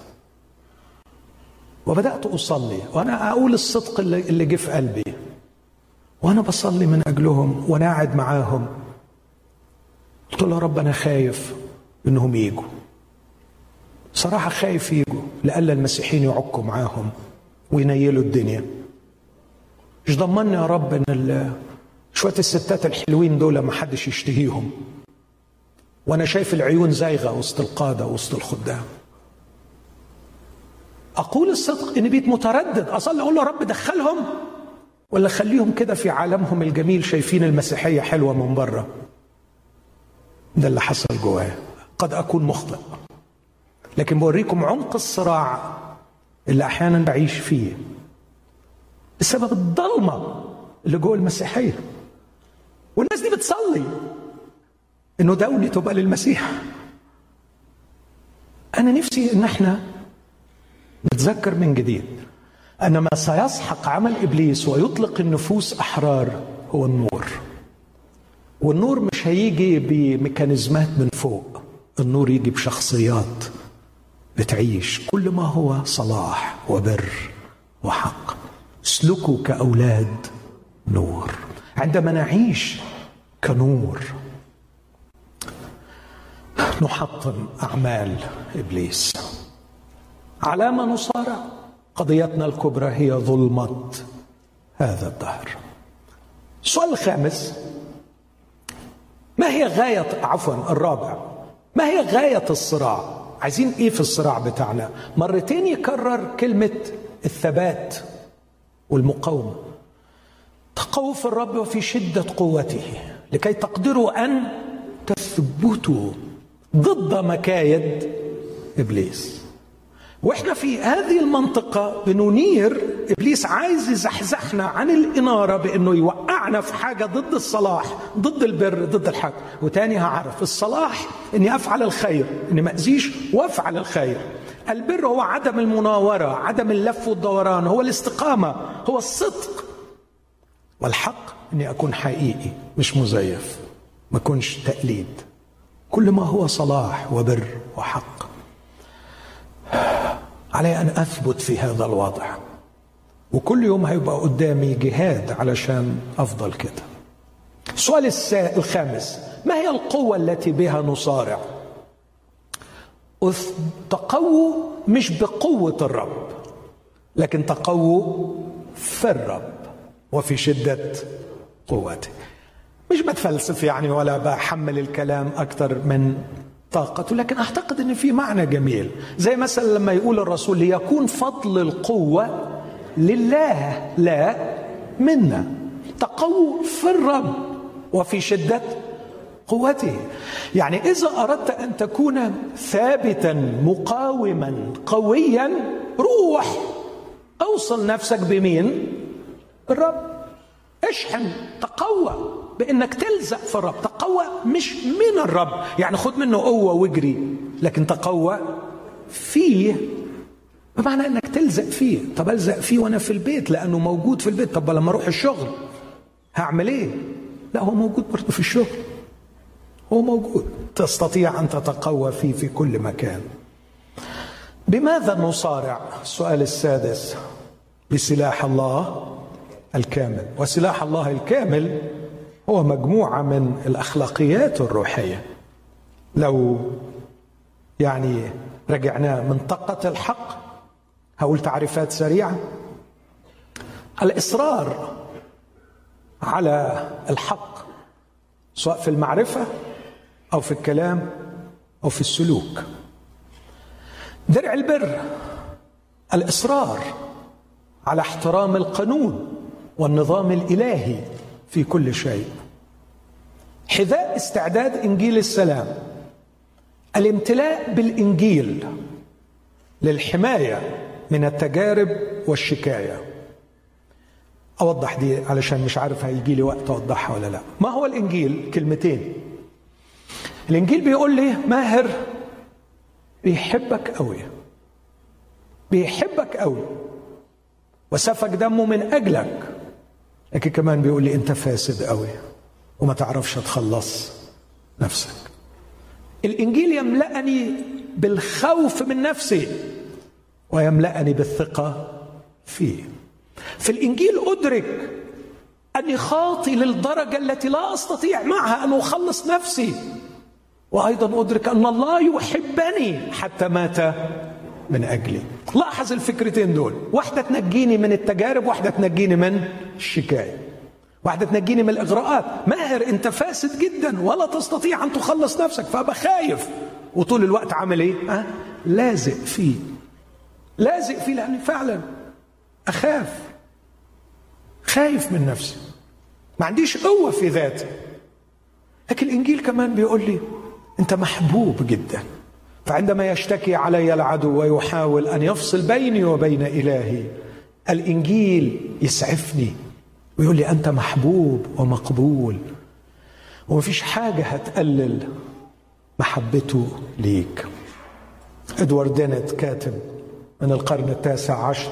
وبدأت أصلي وأنا أقول الصدق اللي جه في قلبي، وأنا بصلي من أجلهم وأنا قاعد معاهم. قلت له رب أنا خايف إنهم يجوا، صراحة خايف يجوا لألا المسيحيين يعكوا معاهم وينيلوا الدنيا. مش ضمني يا رب إن شوية الستات الحلوين دول ما حدش يشتهيهم، وأنا شايف العيون زايغة وسط القادة وسط الخدام. أقول الصدق إني بيت متردد، أصلي أقول له رب دخلهم ولا خليهم كده في عالمهم الجميل شايفين المسيحية حلوة من بره. ده اللي حصل جوايا. قد أكون مخطئ، لكن بوريكم عمق الصراع اللي أحيانا بعيش فيه بسبب الضلمة اللي جوه المسيحية. والناس دي بتصلي إنه دولي تبقى للمسيح. أنا نفسي إن احنا نتذكر من جديد أن ما سيسحق عمل إبليس ويطلق النفوس أحرار هو النور. والنور مش هيجي بميكانيزمات من فوق، النور يجي بشخصيات بتعيش كل ما هو صلاح وبر وحق. اسلكوا كأولاد نور. عندما نعيش كنور نحطم أعمال إبليس. علامة نصارع قضيتنا الكبرى هي ظلمة هذا الدهر. السؤال الخامس، ما هي غاية الرابع، ما هي غاية الصراع؟ عايزين ايه في الصراع بتاعنا؟ مرتين يكرر كلمة الثبات والمقاومة. تقووا في الرب وفي شدة قوته لكي تقدروا أن تثبتوا ضد مكايد إبليس. وإحنا في هذه المنطقة بننير. إبليس عايز يزحزحنا عن الإنارة بأنه يوقعنا في حاجة ضد الصلاح، ضد البر، ضد الحق. وتاني هعرف الصلاح إني أفعل الخير، إني ما أذيش وأفعل الخير. البر هو عدم المناورة، عدم اللف والدوران، هو الاستقامة، هو الصدق. والحق إني أكون حقيقي مش مزيف، ما أكونش تقليد. كل ما هو صلاح وبر وحق علي أن أثبت في هذا الوضع، وكل يوم هيبقى قدامي جهاد علشان أفضل كده. السؤال الخامس، ما هي القوة التي بها نصارع؟ تقووا مش بقوة الرب، لكن تقووا في الرب وفي شدة قوته. مش بتفلسف يعني ولا بحمل الكلام أكتر من طاقته، لكن أعتقد أن في معنى جميل. زي مثلا لما يقول الرسول ليكون فضل القوة لله لا منا. تقووا في الرب وفي شدة قوته. يعني إذا أردت أن تكون ثابتا مقاوما قويا، روح أوصل نفسك بمين؟ الرب. اشحن، تقوى بأنك تلزق في الرب. تقوى مش من الرب يعني خد منه قوة واجري، لكن تقوى فيه بمعنى انك تلزق فيه. طب الزق فيه وانا في البيت لانه موجود في البيت. طب لما اروح الشغل هعمل ايه؟ لا، هو موجود برضه في الشغل، هو موجود، تستطيع ان تتقوى فيه في كل مكان. بماذا نصارع؟ السؤال السادس: بسلاح الله الكامل. وسلاح الله الكامل هو مجموعة من الأخلاقيات الروحية. لو رجعنا منطقة الحق، هقول تعريفات سريعة. الإصرار على الحق سواء في المعرفة أو في الكلام أو في السلوك. درع البر الإصرار على احترام القانون والنظام الإلهي في كل شيء. حذاء استعداد إنجيل السلام الامتلاء بالإنجيل للحماية من التجارب والشكاية. أوضح دي علشان مش عارف هيجي لي وقت أوضحها ولا لا. ما هو الإنجيل؟ كلمتين. الإنجيل بيقول لي ماهر بيحبك قوي، بيحبك قوي وسفك دمه من أجلك، لكن كمان بيقول لي أنت فاسد قوي وما تعرفش تخلص نفسك. الإنجيل يملأني بالخوف من نفسي ويملأني بالثقة فيه. في الإنجيل أدرك أني خاطئ للدرجة التي لا أستطيع معها أن أخلص نفسي، وأيضا أدرك أن الله يحبني حتى مات من أجلي. لاحظ الفكرتين دول، واحدة تنجيني من التجارب، واحدة تنجيني من الشكاية، واحدة تنجيني من الإغراءات. ماهر أنت فاسد جدا ولا تستطيع أن تخلص نفسك، فأبقى خايف وطول الوقت عامل إيه؟ لازق فيه، لازق فيه، لأني فعلا أخاف، خايف من نفسي، ما عنديش قوة في ذاتي. لكن الإنجيل كمان بيقول لي أنت محبوب جدا. فعندما يشتكي علي العدو ويحاول أن يفصل بيني وبين إلهي، الإنجيل يسعفني ويقول لي أنت محبوب ومقبول، ومفيش حاجة هتقلل محبته ليك. إدوارد دينت كاتب من القرن 19،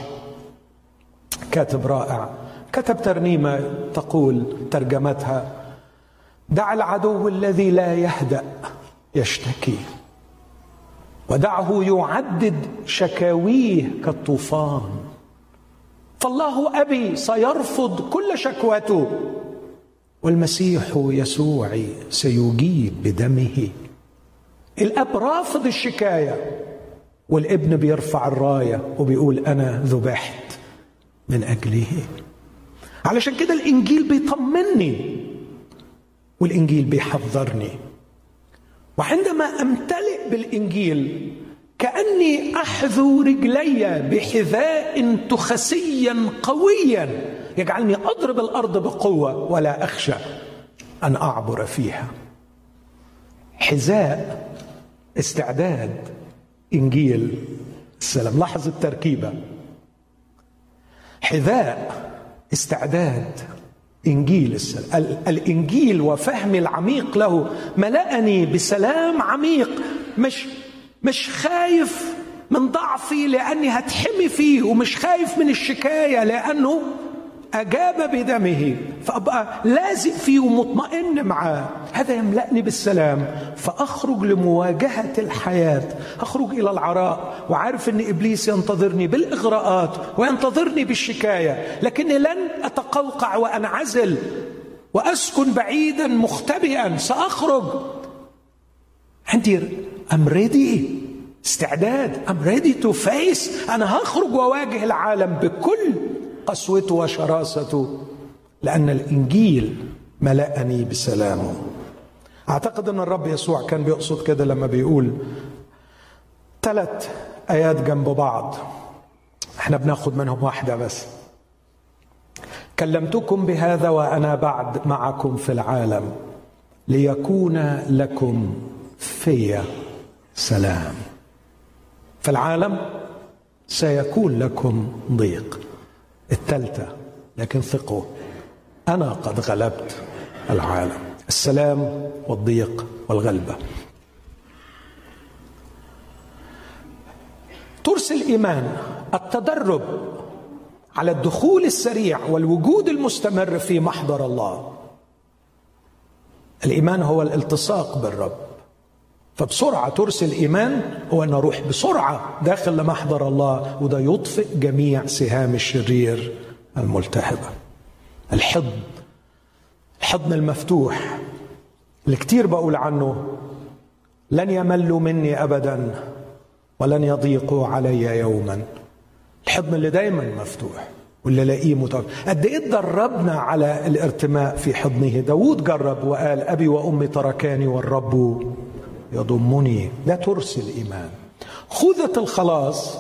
كاتب رائع، كتب ترنيمة تقول ترجمتها: دع العدو الذي لا يهدأ يشتكي، ودعه يعدد شكاويه كالطوفان، فالله أبي سيرفض كل شكوته، والمسيح يسوعي سيجيب بدمه. الأب رافض الشكاية، والابن بيرفع الراية وبيقول أنا ذبحت من أجله. علشان كده الإنجيل بيطمني والإنجيل بيحذرني. وعندما أمتلئ بالإنجيل كأني أحذو رجلي بحذاء تخسيا قويا يجعلني أضرب الأرض بقوة ولا أخشى أن أعبر فيها. حذاء استعداد إنجيل السلام. لاحظ التركيبة: حذاء استعداد إنجيل السلام. الإنجيل وفهمي العميق له ملأني بسلام عميق، مش خايف من ضعفي لأني هتحمي فيه، ومش خايف من الشكاية لأنه أجاب بدمه، فأبقى لازق فيه ومطمئن معاه. هذا يملأني بالسلام، فأخرج لمواجهة الحياة، أخرج إلى العراء وعارف أن إبليس ينتظرني بالإغراءات وينتظرني بالشكاية، لكني لن أتقوقع وأنعزل وأسكن بعيدا مختبئا. سأخرج، عندي I'm ready، استعداد، I'm ready to face. أنا هخرج وواجه العالم بكل قسوته وشراسته، لأن الإنجيل ملأني بسلامه. أعتقد أن الرب يسوع كان بيقصد كده لما بيقول 3 آيات جنب بعض، احنا بناخد منهم واحدة بس: كلمتكم بهذا وأنا بعد معكم في العالم ليكون لكم في سلام. في العالم سيكون لكم ضيق. 3 لكن ثقوا أنا قد غلبت العالم. السلام والضيق والغلبة. ترس الإيمان التدرب على الدخول السريع والوجود المستمر في محضر الله. الإيمان هو الالتصاق بالرب، فبسرعة ترسل الإيمان هو أن نروح بسرعة داخل لمحضر الله، وده يطفئ جميع سهام الشرير الملتهبة. الحضن المفتوح اللي كتير بقول عنه، لن يملوا مني أبدا ولن يضيقوا علي يوما. الحضن اللي دايما مفتوح واللي لاقيه متوقع. قد ايه دربنا على الارتماء في حضنه. داود جرب وقال أبي وأمي تركاني والرب يضمني. لا ترسل إيمان. خوذة الخلاص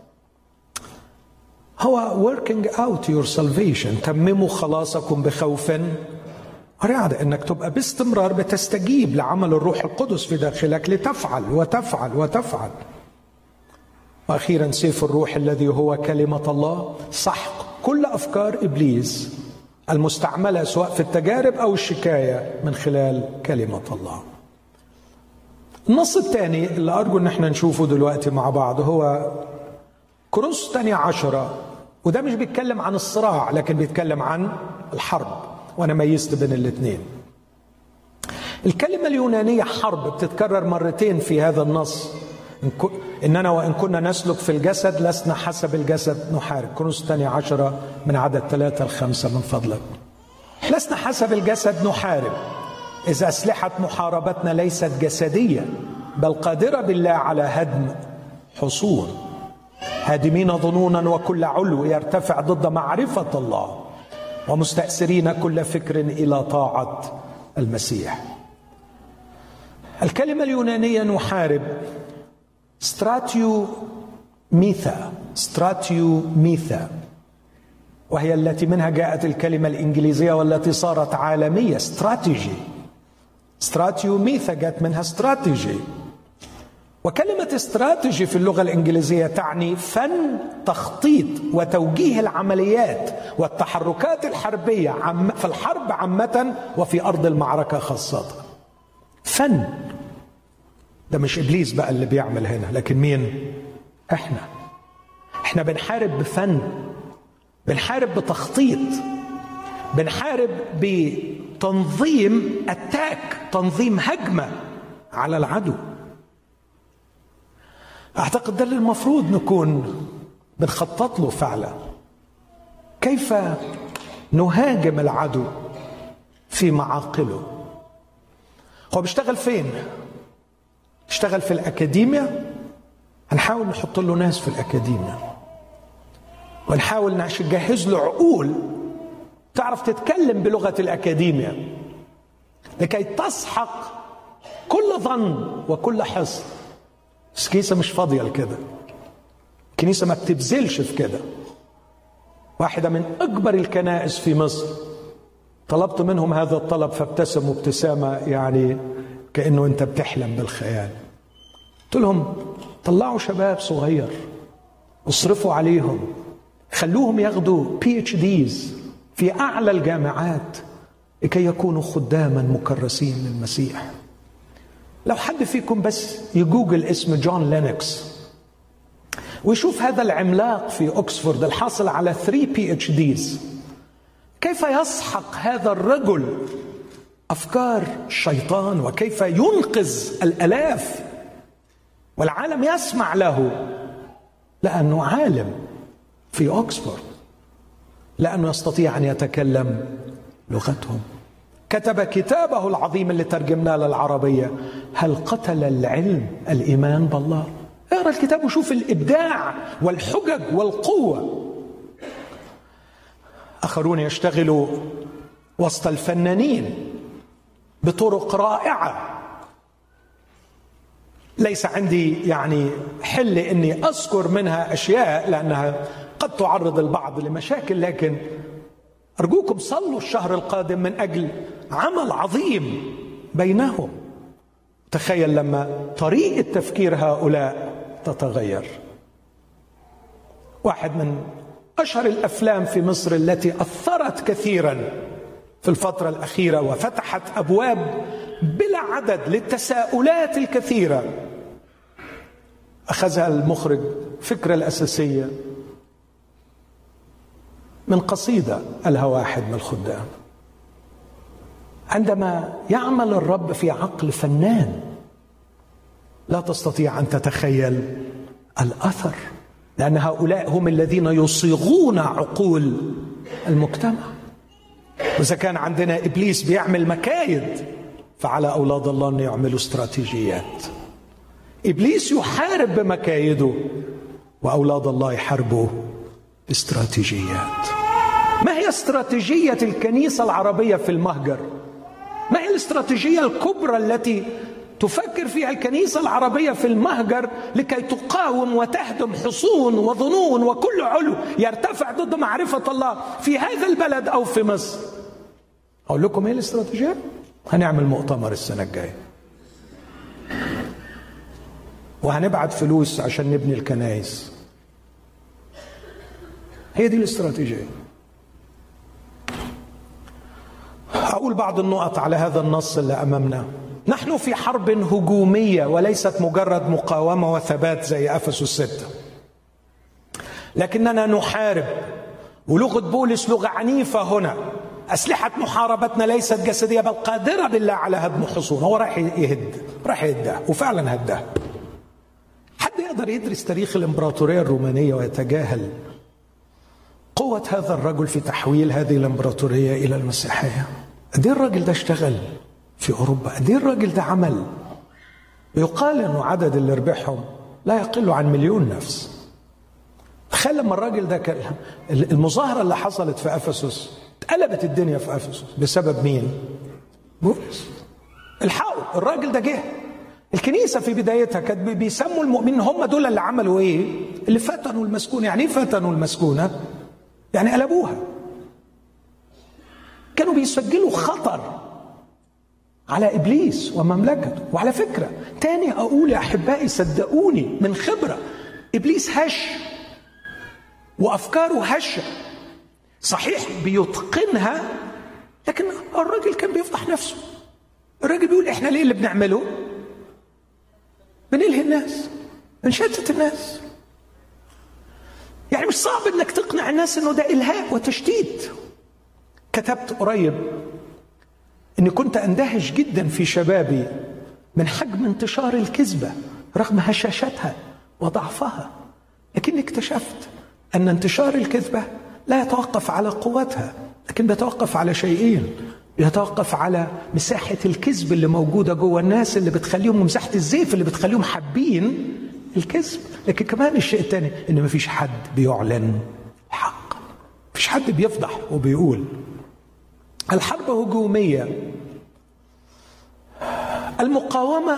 هو working out your salvation. تمموا خلاصكم بخوف ورعدة. انك تبقى باستمرار بتستجيب لعمل الروح القدس في داخلك لتفعل وتفعل وتفعل. وأخيرا سيف الروح الذي هو كلمة الله، سحق كل أفكار إبليس المستعملة سواء في التجارب أو الشكاية من خلال كلمة الله. النص الثاني اللي أرجو أن احنا نشوفه دلوقتي مع بعض هو كورنثوس الثانية 10، وده مش بيتكلم عن الصراع لكن بيتكلم عن الحرب، وأنا ميزت بين الاثنين. الكلمة اليونانية حرب بتتكرر مرتين في هذا النص. إننا وإن كنا نسلك في الجسد لسنا حسب الجسد نحارب. كورنثوس الثانية 10 من عدد 3-5 من فضلك. لسنا حسب الجسد نحارب، إذا أسلحة محاربتنا ليست جسدية بل قادرة بالله على هدم حصون، هادمين ظنونا وكل علو يرتفع ضد معرفة الله، ومستأسرين كل فكر إلى طاعة المسيح. الكلمة اليونانية نحارب ستراتيو ميثا، وهي التي منها جاءت الكلمة الإنجليزية والتي صارت عالمية، ستراتيو ميثا جاءت منها استراتيجي. وكلمة استراتيجي في اللغة الإنجليزية تعني فن تخطيط وتوجيه العمليات والتحركات الحربية في الحرب عامة وفي أرض المعركة خاصة. فن. ده مش إبليس بقى اللي بيعمل هنا، لكن مين؟ احنا بنحارب بفن، بنحارب بتخطيط، بنحارب بتنظيم تنظيم هجمة على العدو. أعتقد ده اللي المفروض نكون بنخطط له فعلا. كيف نهاجم العدو في معاقله؟ هو بيشتغل فين؟ اشتغل في الأكاديمية. هنحاول نحط له ناس في الأكاديمية، ونحاول نجهز له عقول تعرف تتكلم بلغة الأكاديمية لكي تسحق كل ظن وكل حصن. بس الكنيسة مش فاضية لكده، الكنيسة ما بتبذلش في كده. واحدة من أكبر الكنائس في مصر طلبت منهم هذا الطلب فابتسموا ابتسامة يعني كأنه أنت بتحلم بالخيال. قلت لهم طلعوا شباب صغير، اصرفوا عليهم، خلوهم ياخدوا PhDs في أعلى الجامعات لكي يكونوا خداما مكرسين للمسيح. لو حد فيكم بس يجوجل اسم جون لينكس ويشوف هذا العملاق في أكسفورد الحاصل على 3 PhDs، كيف يسحق هذا الرجل أفكار الشيطان وكيف ينقذ الآلاف، والعالم يسمع له لأنه عالم في أكسفورد، لأنه يستطيع أن يتكلم لغتهم. كتب كتابه العظيم اللي ترجمناه للعربية، هل قتل العلم الإيمان بالله؟ اقرأ الكتاب وشوف الإبداع والحجج والقوة. آخرون يشتغلوا وسط الفنانين بطرق رائعة. ليس عندي يعني حل إني أذكر منها أشياء لأنها قد تعرض البعض لمشاكل، لكن أرجوكم صلوا الشهر القادم من أجل عمل عظيم بينهم. تخيل لما طريقة تفكير هؤلاء تتغير. واحد من أشهر الأفلام في مصر التي أثرت كثيرا في الفترة الأخيرة وفتحت أبواب بلا عدد للتساؤلات الكثيرة، أخذها المخرج فكرة الأساسية من قصيدة قالها واحد من الخدام: عندما يعمل الرب في عقل فنان لا تستطيع أن تتخيل الأثر، لأن هؤلاء هم الذين يصيغون عقول المجتمع. وإذا كان عندنا إبليس بيعمل مكايد، فعلى أولاد الله أن يعملوا استراتيجيات. إبليس يحارب بمكايده، وأولاد الله يحاربوا باستراتيجيات. ما هي استراتيجية الكنيسة العربية في المهجر؟ ما هي الاستراتيجية الكبرى التي تفكر فيها الكنيسة العربية في المهجر لكي تقاوم وتهدم حصون وظنون وكل علو يرتفع ضد معرفة الله في هذا البلد أو في مصر؟ أقول لكم إيه الاستراتيجية؟ هنعمل مؤتمر السنة الجاية، وهنبعت فلوس عشان نبني الكنائس. هي دي الاستراتيجية. أقول بعض النقط على هذا النص اللي أمامنا. نحن في حرب هجومية وليست مجرد مقاومة وثبات زي أفسس 6، لكننا نحارب. ولغة بولس لغة عنيفة هنا. أسلحة محاربتنا ليست جسدية بل قادرة بالله على هدم حصون. هو راح يهدها وفعلا هدها. حد يقدر يدرس تاريخ الإمبراطورية الرومانية ويتجاهل قوة هذا الرجل في تحويل هذه الإمبراطورية إلى المسيحية؟ قد ايه الراجل ده اشتغل في أوروبا؟ قد ايه الراجل ده عمل؟ يقال أنه عدد اللي ربحهم لا يقل عن 1,000,000 نفس. تخيل لما الراجل ده كان المظاهرة اللي حصلت في أفسس قلبت الدنيا في أفسس بسبب مين؟ بولس. الحقوا الراجل ده جه. الكنيسة في بدايتها كانت بيسموا المؤمنين هم دول اللي عملوا ايه؟ اللي فتنوا المسكونة. يعني ايه فتنوا المسكونة؟ يعني قلبوها. كانوا بيسجلوا خطر على إبليس ومملكته. وعلى فكرة تاني أقول يا أحبائي صدقوني من خبرة، إبليس هش وأفكاره هشة، صحيح بيتقنها، لكن الراجل كان بيفضح نفسه. الراجل بيقول إحنا ليه اللي بنعمله؟ بنلهي الناس، بنشتت الناس. يعني مش صعب إنك تقنع الناس إنه ده إلهاء وتشتيت. كتبت قريب إني كنت أندهش جدا في شبابي من حجم انتشار الكذبة رغم هشاشتها وضعفها، لكن اكتشفت أن انتشار الكذبة لا يتوقف على قوتها، لكن بيتوقف على شيئين. يتوقف على مساحة الكذب اللي موجودة جوه الناس، اللي بتخليهم، مساحة الزيف اللي بتخليهم حابين الكذب. لكن كمان الشيء الثاني إن مفيش حد بيعلن الحق، مفيش حد بيفضح وبيقول. الحرب هجومية. المقاومة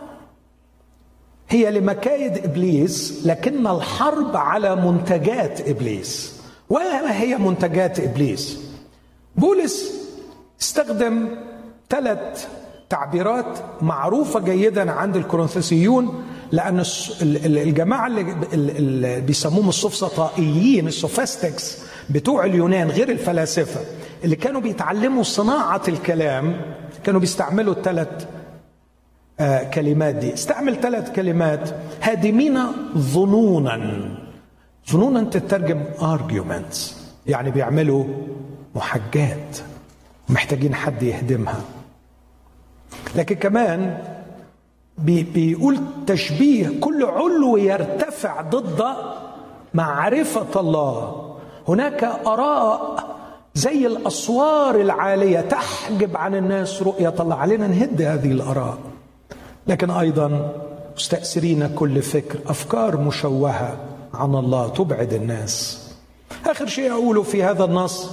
هي لمكايد إبليس، لكن الحرب على منتجات إبليس. وما هي منتجات إبليس؟ بولس استخدم 3 تعبيرات معروفة جيدا عند الكورنثيسيون، لأن الجماعة اللي بيسموهم السفسطائيين، السوفستكس بتوع اليونان غير الفلاسفة اللي كانوا بيتعلموا صناعة الكلام، كانوا بيستعملوا 3 كلمات دي. استعمل 3 كلمات: هادمين ظنونا. ظنونا تترجم arguments، يعني بيعملوا محجات، محتاجين حد يهدمها. لكن كمان بيقول تشبيه: كل علو يرتفع ضد معرفة الله. هناك آراء زي الأسوار العالية تحجب عن الناس رؤية الله. علينا نهد هذه الآراء. لكن أيضا مستأثرين كل فكر، أفكار مشوهة عن الله تبعد الناس. آخر شيء أقوله في هذا النص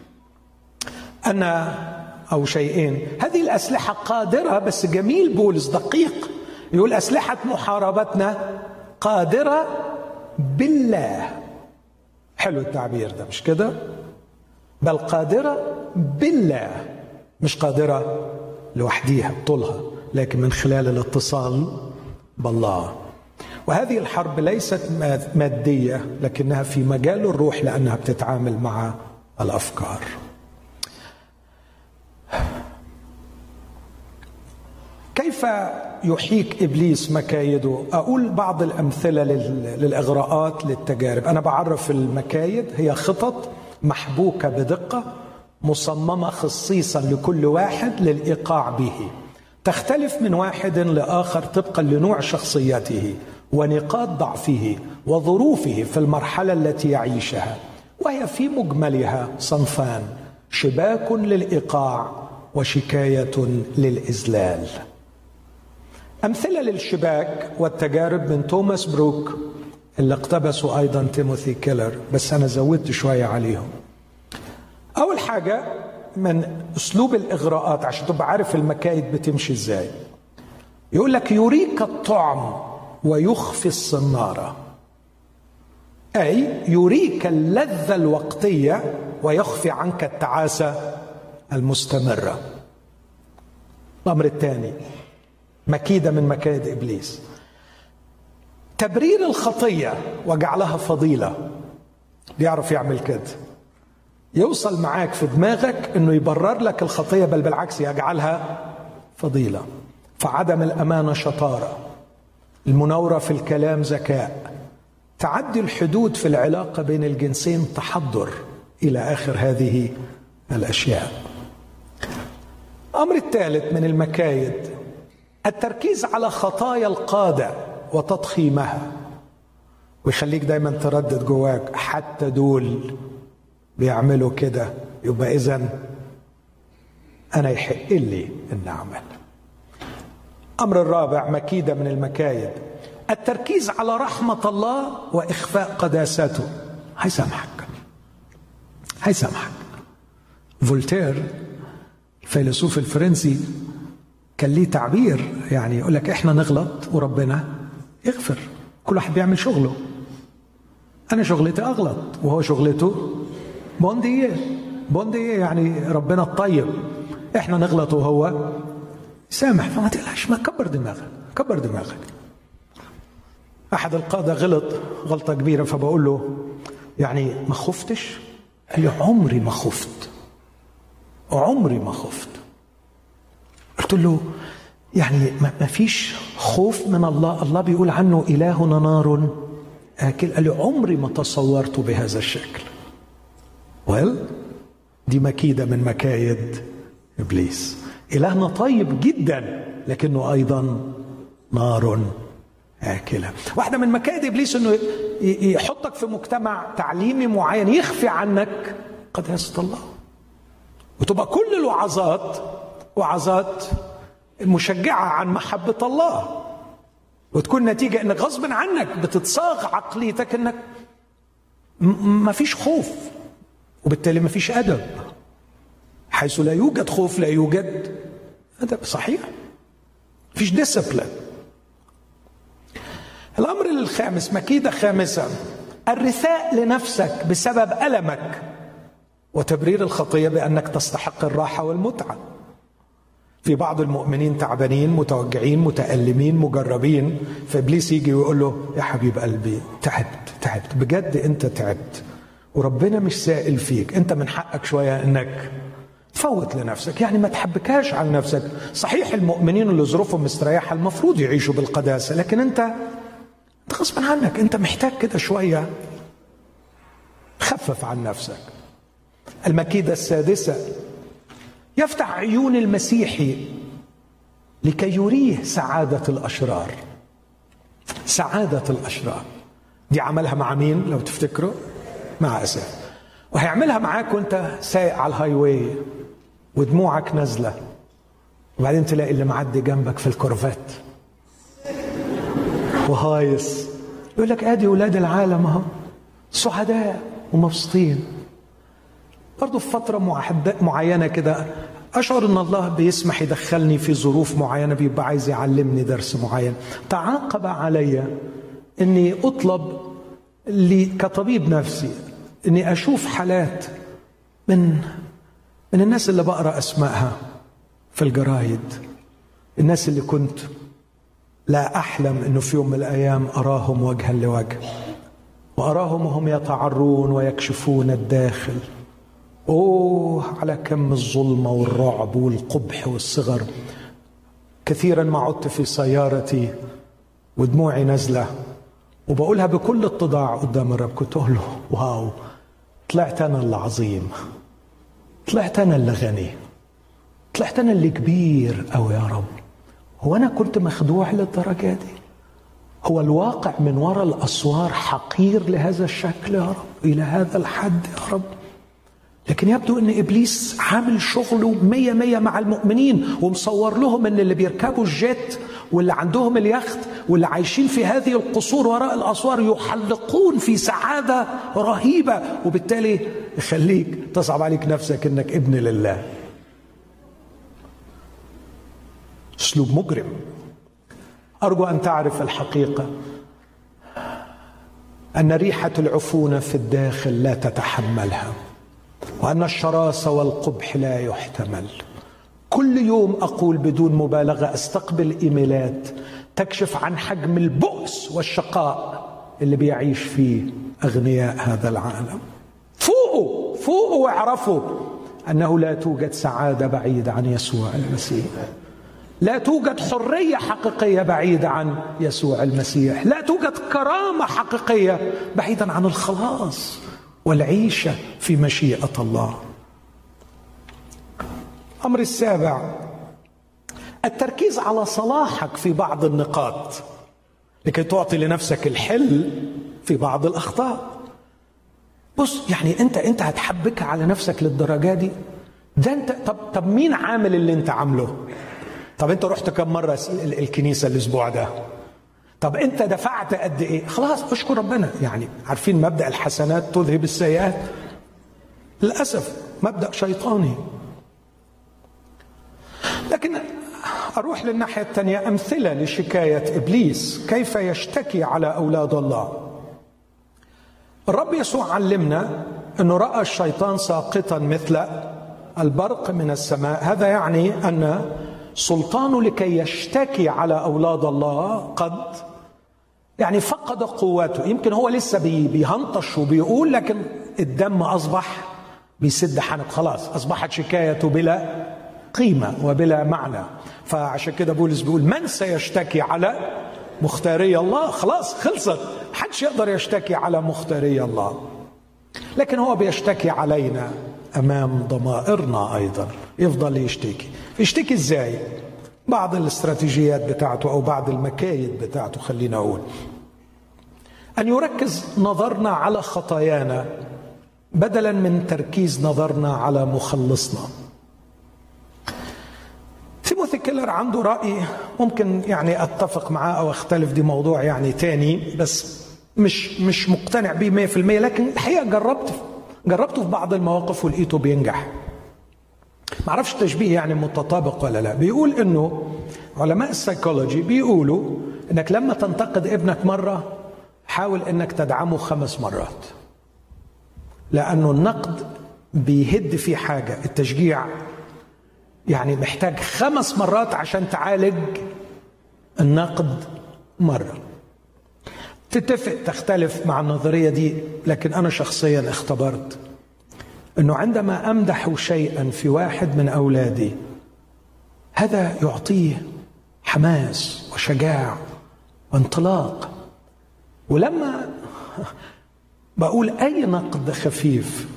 أو شيئين. هذه الأسلحة قادرة، بس جميل بولس دقيق، يقول أسلحة محاربتنا قادرة بالله. حلو التعبير ده مش كده؟ بل قادرة بالله، مش قادرة لوحديها بطولها، لكن من خلال الاتصال بالله. وهذه الحرب ليست مادية، لكنها في مجال الروح، لأنها بتتعامل مع الأفكار. كيف يحيك إبليس مكايده؟ أقول بعض الأمثلة للإغراءات للتجارب. أنا بعرف المكايد هي خطط محبوكة بدقة، مصممة خصيصا لكل واحد للإيقاع به، تختلف من واحد لآخر طبقا لنوع شخصيته ونقاط ضعفه وظروفه في المرحلة التي يعيشها، وهي في مجملها صنفان: شباك للإيقاع وشكاية للإذلال. أمثلة للشباك والتجارب من توماس بروك اللي اقتبسوا أيضا تيموثي كيلر، بس أنا زودت شوية عليهم. أول حاجة من أسلوب الإغراءات عشان تبقى عارف المكايد بتمشي إزاي، يقول لك: يريك الطعم ويخفي الصنارة، أي يريك اللذة الوقتية ويخفي عنك التعاسة المستمرة. الأمر الثاني، مكيدة من مكايد إبليس، تبرير الخطية وجعلها فضيلة. بيعرف يعمل كده، يوصل معاك في دماغك انه يبرر لك الخطية، بل بالعكس يجعلها فضيلة. فعدم الأمانة شطارة، المناورة في الكلام ذكاء، تعدي الحدود في العلاقة بين الجنسين تحضر، إلى آخر هذه الأشياء. الأمر الثالث من المكايد، التركيز على خطايا القادة وتضخيمها، ويخليك دايما تردد جواك: حتى دول بيعملوا كده، يبقى إذن أنا يحق لي أن أعمل. الأمر الرابع، مكيدة من المكايد، التركيز على رحمة الله وإخفاء قداسته. هيسامحك. فولتير الفيلسوف الفرنسي كان ليه تعبير، يعني يقول لك: إحنا نغلط وربنا يغفر، كل واحد بيعمل شغله. أنا شغلتي أغلط وهو شغلته بوندية، يعني ربنا الطيب، إحنا نغلط وهو سامح. فما تقلقش، ما كبر دماغك. أحد القادة غلط غلطة كبيرة، فبقول له: يعني ما خفتش؟ قال لي: عمري ما خفت. قلت له: يعني ما فيش خوف من الله؟ الله بيقول عنه إلهنا نار آكل. قال لي: عمري ما تصورت بهذا الشكل. دي مكيدة من مكايد إبليس. إلهنا طيب جدا، لكنه أيضا نار آكلة. واحدة من مكايد إبليس أنه يحطك في مجتمع تعليمي معين يخفي عنك قداسة الله، وتبقى كل الوعظات وعظات مشجعة عن محبة الله، وتكون نتيجة أنك غصب عنك بتتصاغ عقليتك أنك ما فيش خوف، وبالتالي ما فيش أدب. حيث لا يوجد خوف لا يوجد أدب. صحيح، فيش ديسبلين. الأمر الخامس، مكيدة خامسة، الرثاء لنفسك بسبب ألمك وتبرير الخطية بأنك تستحق الراحة والمتعة. في بعض المؤمنين تعبانين، متوجعين، متألمين، مجربين، فإبليس يجي ويقول له: يا حبيب قلبي، تعبت بجد، أنت تعبت وربنا مش سائل فيك، أنت من حقك شوية أنك تفوت لنفسك، يعني ما تحبكاش على نفسك. صحيح المؤمنين اللي ظروفهم مستريحة المفروض يعيشوا بالقداسة، لكن أنت غصبا عنك، أنت محتاج كده شوية خفف عن نفسك. المكيدة السادسة، يفتح عيون المسيحي لكي يريه سعادة الأشرار. دي عملها مع مين لو تفتكروا؟ مع أساف. وهيعملها معاك وانت سايق على الهاي واي ودموعك نازلة، وبعدين تلاقي اللي معدي جنبك في الكورفات وهايص، يقول لك: ادي ولاد العالم اهو سعداء ومبسوطين. برضو في فترة معينة كده أشعر أن الله بيسمح يدخلني في ظروف معينة، بيبقى عايز يعلمني درس معين. تعاقب علي أني أطلب لي كطبيب نفسي أني أشوف حالات من الناس اللي بقرأ أسمائها في الجرايد، الناس اللي كنت لا أحلم أنه في يوم من الأيام أراهم وجها لوجه، وأراهم وهم يتعرون ويكشفون الداخل. على كم الظلمة والرعب والقبح والصغر. كثيرا ما عدت في سيارتي ودموعي نزلة وبقولها بكل اتضاع قدام الرب، كنت أقول له: واو، طلعت أنا اللي عظيم، طلعت أنا اللي غني، طلعت أنا اللي كبير أوي يا رب. هو أنا كنت مخدوع للدرجة دي؟ هو الواقع من وراء الأسوار حقير لهذا الشكل يا رب، إلى هذا الحد يا رب؟ لكن يبدو أن إبليس عامل شغله 100 مع المؤمنين، ومصور لهم أن اللي بيركبوا الجيت واللي عندهم اليخت واللي عايشين في هذه القصور وراء الأسوار يحلقون في سعادة رهيبة، وبالتالي يخليك تصعب عليك نفسك أنك ابن لله. أسلوب مجرم. أرجو أن تعرف الحقيقة أن ريحة العفونة في الداخل لا تتحملها، وأن الشراسة والقبح لا يحتمل. كل يوم أقول بدون مبالغة، أستقبل إيميلات تكشف عن حجم البؤس والشقاء اللي بيعيش فيه أغنياء هذا العالم. فوقوا واعرفوا أنه لا توجد سعادة بعيدة عن يسوع المسيح، لا توجد حرية حقيقية بعيدة عن يسوع المسيح، لا توجد كرامة حقيقية بعيدا عن الخلاص والعيشة في مشيئة الله. الأمر السابع، التركيز على صلاحك في بعض النقاط لكي تعطي لنفسك الحل في بعض الأخطاء. بص، يعني أنت هتحبك على نفسك للدرجة دي؟ ده أنت طب مين عامل اللي أنت عامله؟ طب أنت رحت كم مرة الكنيسة الأسبوع ده؟ طب أنت دفعت قد إيه؟ خلاص أشكر ربنا. يعني عارفين مبدأ الحسنات تذهب السيئات؟ للأسف مبدأ شيطاني. لكن أروح للناحية الثانية، أمثلة لشكاية إبليس، كيف يشتكي على أولاد الله. الرب يسوع علمنا أنه رأى الشيطان ساقطا مثل البرق من السماء. هذا يعني أن سلطانه لكي يشتكي على أولاد الله قد يعني فقد قوته. يمكن هو لسه بيهنطش وبيقول، لكن الدم أصبح بيسد حنك، خلاص أصبحت شكايته بلا قيمة وبلا معنى. فعشان كده بولس بيقول من سيشتكي على مختاري الله؟ خلاص خلصت، محدش يقدر يشتكي على مختاري الله. لكن هو بيشتكي علينا أمام ضمائرنا أيضا، يفضل يشتكي إزاي؟ بعض الاستراتيجيات بتاعته أو بعض المكايد بتاعته، خلينا أقول أن يركز نظرنا على خطايانا بدلا من تركيز نظرنا على مخلصنا. تيموثي كيلر عنده رأي ممكن يعني أتفق معاه أو أختلف، دي موضوع يعني تاني، بس مش مقتنع بيه 100%، لكن الحقيقة جربته في بعض المواقف ولقيته بينجح. معرفش تشبيه يعني متطابق ولا لا. بيقول إنه علماء السيكولوجي بيقولوا إنك لما تنتقد ابنك مرة حاول إنك تدعمه 5 مرات، لأنه النقد بيهد فيه حاجة. التشجيع يعني محتاج 5 مرات عشان تعالج النقد مرة. تتفق تختلف مع النظرية دي، لكن أنا شخصيا اختبرت أنه عندما أمدح شيئا في واحد من أولادي هذا يعطيه حماس وشجاع وانطلاق. ولما بقول أي نقد خفيف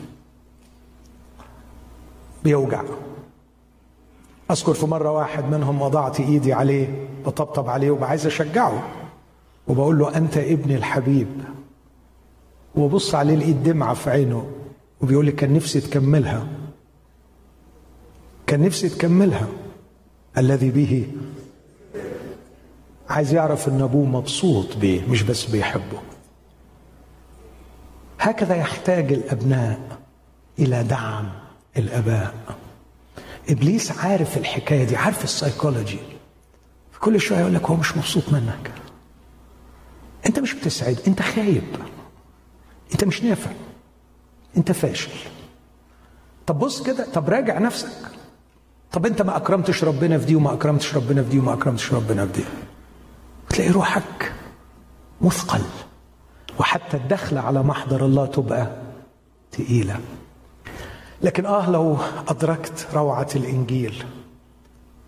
بيوجع. أذكر في مرة واحد منهم وضعت إيدي عليه بطبطب عليه وبعايز أشجعه، وبقول له أنت ابني الحبيب، وبص عليه الإيد دمعة في عينه وبيقول لي كان نفسي تكملها الذي به. عايز يعرف أن أبوه مبسوط بيه مش بس بيحبه. هكذا يحتاج الأبناء إلى دعم الآباء. إبليس عارف الحكاية دي، عارف السيكولوجي. كل شوية يقول لك هو مش مبسوط منك، أنت مش بتسعد، أنت خايب، أنت مش نافع، أنت فاشل. طب بص كده، طب راجع نفسك. طب أنت ما أكرمتش ربنا في دي وما أكرمتش ربنا في دي وما أكرمتش ربنا في دي. وتلاقي روحك مثقل، وحتى الدخلة على محضر الله تبقى تقيلة. لكن لو أدركت روعة الإنجيل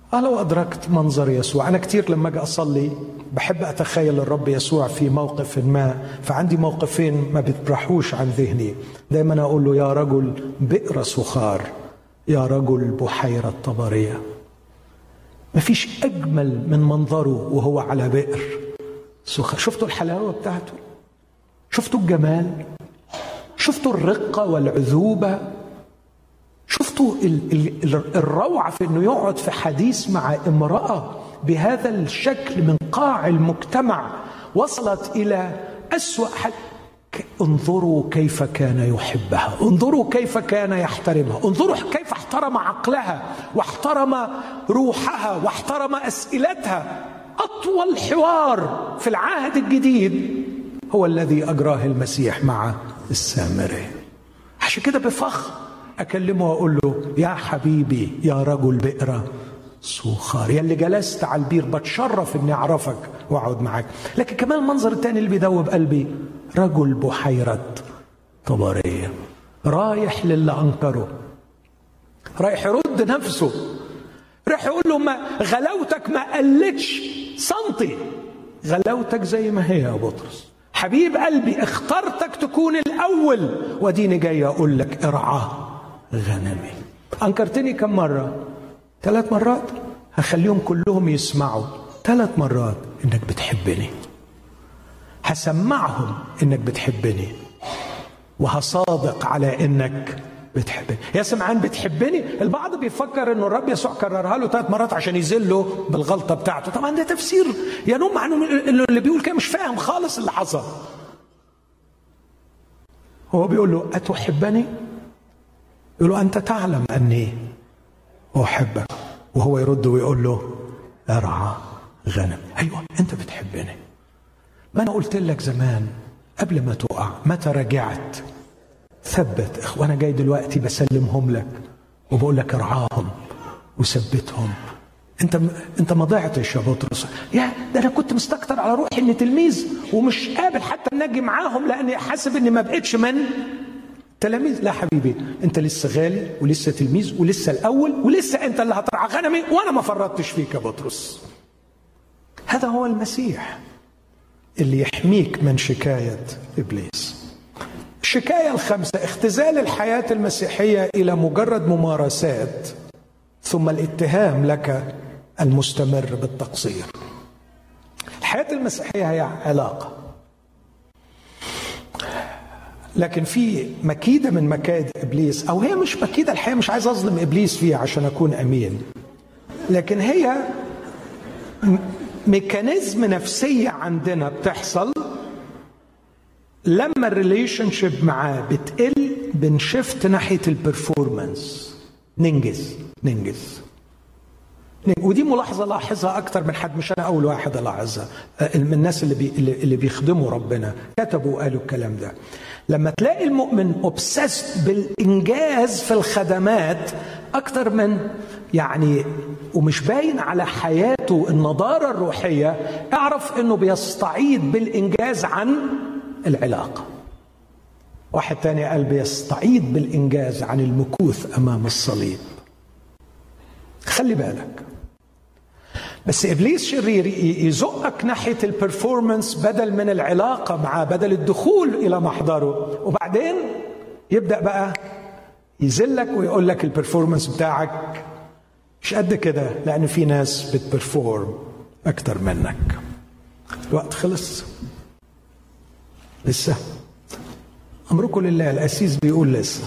لو أدركت منظر يسوع. أنا كتير لما أجي أصلي بحب أتخيل الرب يسوع في موقف ما، فعندي موقفين ما بيطرحوش عن ذهني. دايما أقول له يا رجل بئر سخار، يا رجل بحيرة طبرية. مفيش أجمل من منظره وهو على بئر سخار. شفتوا الحلاوة بتاعته؟ شفتوا الجمال؟ شفتوا الرقة والعذوبة؟ شفتوا الروعة في أنه يقعد في حديث مع امرأة بهذا الشكل من قاع المجتمع وصلت إلى أسوأ حال. انظروا كيف كان يحبها، انظروا كيف كان يحترمها، انظروا كيف احترم عقلها واحترم روحها واحترم أسئلتها. أطول حوار في العهد الجديد هو الذي أجراه المسيح مع السامري. عشان كده بفخر أكلمه وأقول له يا حبيبي يا رجل بئر سخار، يا اللي جلست على البير بتشرف إني أعرفك وأقعد معاك. لكن كمان المنظر الثاني اللي بيدوب قلبي، رجل بحيرة طبرية، رايح للي أنكره، رايح يرد نفسه، رايح يقول له ما غلاوتك ما قلتش سنتي، غلاوتك زي ما هي يا بطرس. حبيب قلبي اخترتك تكون الأول، وديني جاي أقول لك ارعى غنمي. أنكرتني كم مرة؟ 3 مرات. هخليهم كلهم يسمعوا 3 مرات إنك بتحبني، هسمعهم إنك بتحبني، وهصادق على إنك بتحبني. يا سمعان بتحبني؟ البعض بيفكر إنه الرب يسوع كررها له 3 مرات عشان يذله بالغلطة بتاعته. طبعا ده تفسير ينم عنه اللي بيقول كده مش فاهم خالص اللي حصل. هو بيقول له أتحبني؟ يقول له أنت تعلم أني أحبك. وهو يرد ويقول له أرعى غنم. أيوة أنت بتحبني. ما أنا قلت لك زمان قبل ما تقع، متى رجعت ثبت. وأنا جاي دلوقتي بسلمهم لك وبقول لك ارعاهم وثبتهم. انت ما ضيعتش يا بطرس. يا ده انا كنت مستكتر على روحي اني تلميذ ومش قابل حتى نجي معاهم لاني حاسب اني ما بقتش من تلاميذ. لا حبيبي، انت لسه غالي ولسه تلميذ ولسه الاول ولسه انت اللي هترعى غنمي، وانا ما فرطتش فيك يا بطرس. هذا هو المسيح اللي يحميك من شكاية ابليس. الشكاية الخامسة، اختزال الحياة المسيحية الى مجرد ممارسات ثم الاتهام لك المستمر بالتقصير. الحياة المسيحية هي علاقة، لكن في مكيدة من مكائد إبليس، أو هي مش مكيدة الحقيقة، مش عايز أظلم إبليس فيها عشان أكون أمين، لكن هي ميكانيزم نفسية عندنا بتحصل لما الريليشن شيب معاه بتقل، بنشفت ناحية البرفورمانس، ننجز. ودي ملاحظة لاحظها أكتر من حد، مش أنا أول واحد ألاحظها، من الناس اللي بيخدموا ربنا كتبوا وقالوا الكلام ده. لما تلاقي المؤمن obsessed بالإنجاز في الخدمات أكتر من ومش باين على حياته النضارة الروحية، اعرف أنه بيستعيد بالإنجاز عن العلاقة. واحد تاني قال بيستعيد بالإنجاز عن المكوث أمام الصليب. خلي بالك، بس إبليس شرير يزقك ناحية البرفورمانس بدل من العلاقة معاه، بدل الدخول إلى محضره، وبعدين يبدأ بقى يزلك ويقول لك البرفورمانس بتاعك مش قد كده، لأن في ناس بتبرفورم أكتر منك. الوقت خلص لسه، أمركم لله. الأسيس بيقول لسه.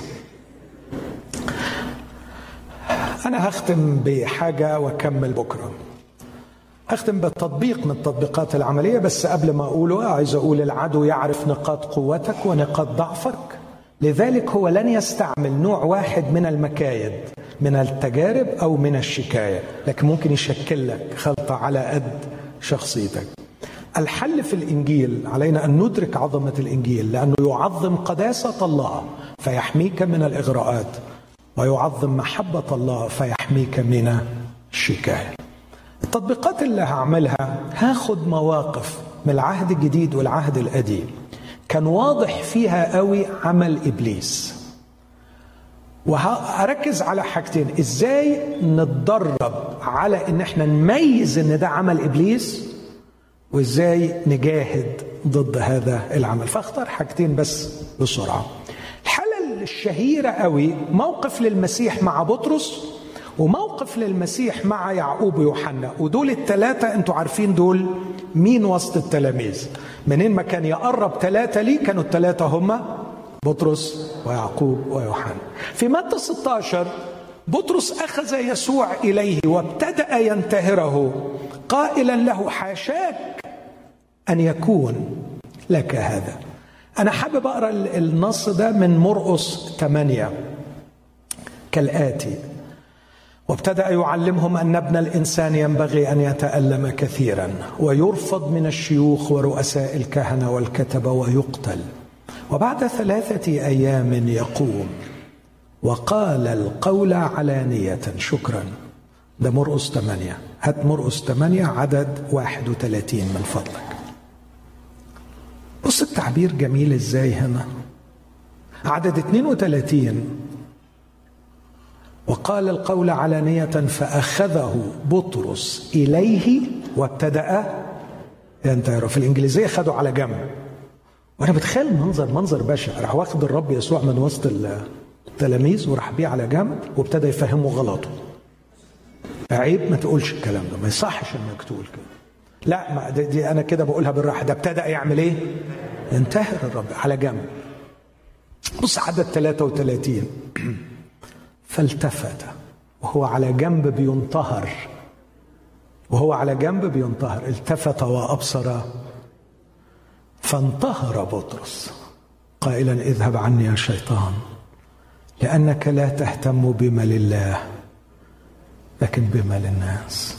أنا هختم بحاجة وأكمل بكرة. أختم بالتطبيق من التطبيقات العملية، بس قبل ما أقوله عايز أقول العدو يعرف نقاط قوتك ونقاط ضعفك، لذلك هو لن يستعمل نوع واحد من المكايد، من التجارب أو من الشكاية، لكن ممكن يشكل لك خلطة على قد شخصيتك. الحل في الإنجيل علينا أن ندرك عظمة الإنجيل، لأنه يعظم قداسة الله فيحميك من الإغراءات، ويعظم محبة الله فيحميك من الشكاية. التطبيقات اللي هعملها هاخد مواقف من العهد الجديد والعهد القديم كان واضح فيها قوي عمل إبليس، وهركز على حاجتين: ازاي نتدرب على ان احنا نميز ان ده عمل ابليس، وازاي نجاهد ضد هذا العمل. فاختار حاجتين بس بسرعة. الحالة الشهيرة قوي موقف للمسيح مع بطرس، وموقف للمسيح مع يعقوب ويوحنا، ودول الثلاثة انتوا عارفين دول مين وسط التلاميذ. منين ما كان يقرب ثلاثة ليه كانوا الثلاثة هما بطرس ويعقوب ويوحنا. في متى 16 بطرس أخذ يسوع إليه وابتدأ ينتهره قائلا له: حاشاك أن يكون لك هذا. أنا حابب أقرأ النص ده من مرقس 8 كالآتي: وابتدأ يعلمهم أن ابن الإنسان ينبغي أن يتألم كثيرا ويرفض من الشيوخ ورؤساء الكهنة والكتبة ويقتل، وبعد 3 أيام يقوم. وقال القول علانية. شكرا. ده مرقس 8. هات مرقس 8 عدد 31 من فضلك. بص التعبير جميل ازاي هنا. عدد 32: وقال القول علانية فأخذه بطرس إليه وابتدأ ينتهره. في الإنجليزية خدوا على جنب. وأنا بتخيل منظر بشع. راح واخد الرب يسوع من وسط التلاميذ وراح بيه على جنب وابتدى يفهمه غلطه. عيب ما تقولش الكلام ده، ما يصحش انك تقول كده. لا، ما دي انا كده بقولها بالراحه. ده ابتدأ يعمل ايه؟ ينتهر الرب على جنب. بص عدد 33: فالتفت وهو على جنب بينتهر، التفت وأبصر فانتهر بطرس قائلا: اذهب عني يا شيطان، لأنك لا تهتم بما لله لكن بما للناس.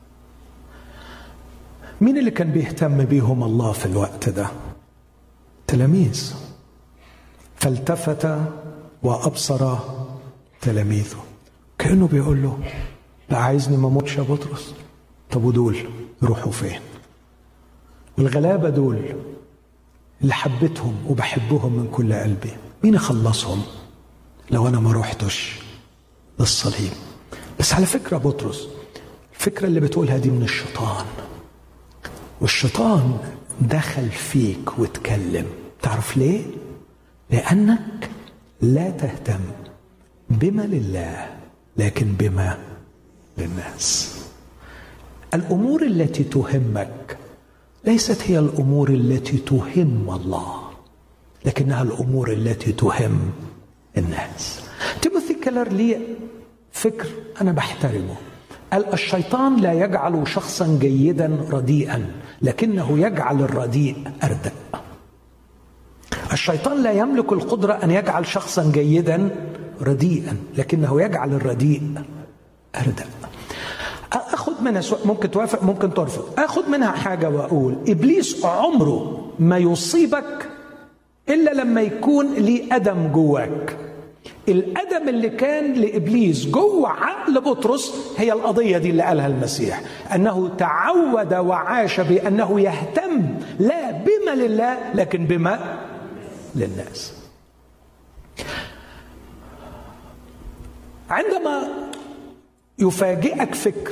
مين اللي كان بيهتم بيهم الله في الوقت ده؟ تلاميذ. فالتفت وأبصر تلاميذه، كأنه بيقول له: لا عايزني ما اموتش يا بطرس؟ طب ودول يروحوا فين؟ والغلابة دول اللي حبيتهم وبحبهم من كل قلبي، مين يخلصهم لو أنا ما روحتش للصليب؟ بس على فكرة بطرس، الفكرة اللي بتقولها دي من الشيطان، والشيطان دخل فيك واتكلم. تعرف ليه؟ لأنك لا تهتم بما لله لكن بما للناس. الأمور التي تهمك ليست هي الأمور التي تهم الله، لكنها الأمور التي تهم الناس. تيموثي كيلر ليه فكر أنا بحترمه. قال: الشيطان لا يجعل شخصا جيدا رديئا، لكنه يجعل الرديء أردأ. الشيطان لا يملك القدرة أن يجعل شخصا جيدا رديئا، لكنه يجعل الرديء أردأ. أخذ منها، ممكن توافق ممكن ترفض، أخذ منها حاجة وأقول: إبليس عمره ما يصيبك إلا لما يكون ليه أدم جواك. الأدم اللي كان لإبليس جوه عقل بطرس هي القضية دي اللي قالها المسيح، أنه تعود وعاش بأنه يهتم لا بما لله لكن بما للناس. عندما يفاجئك فكر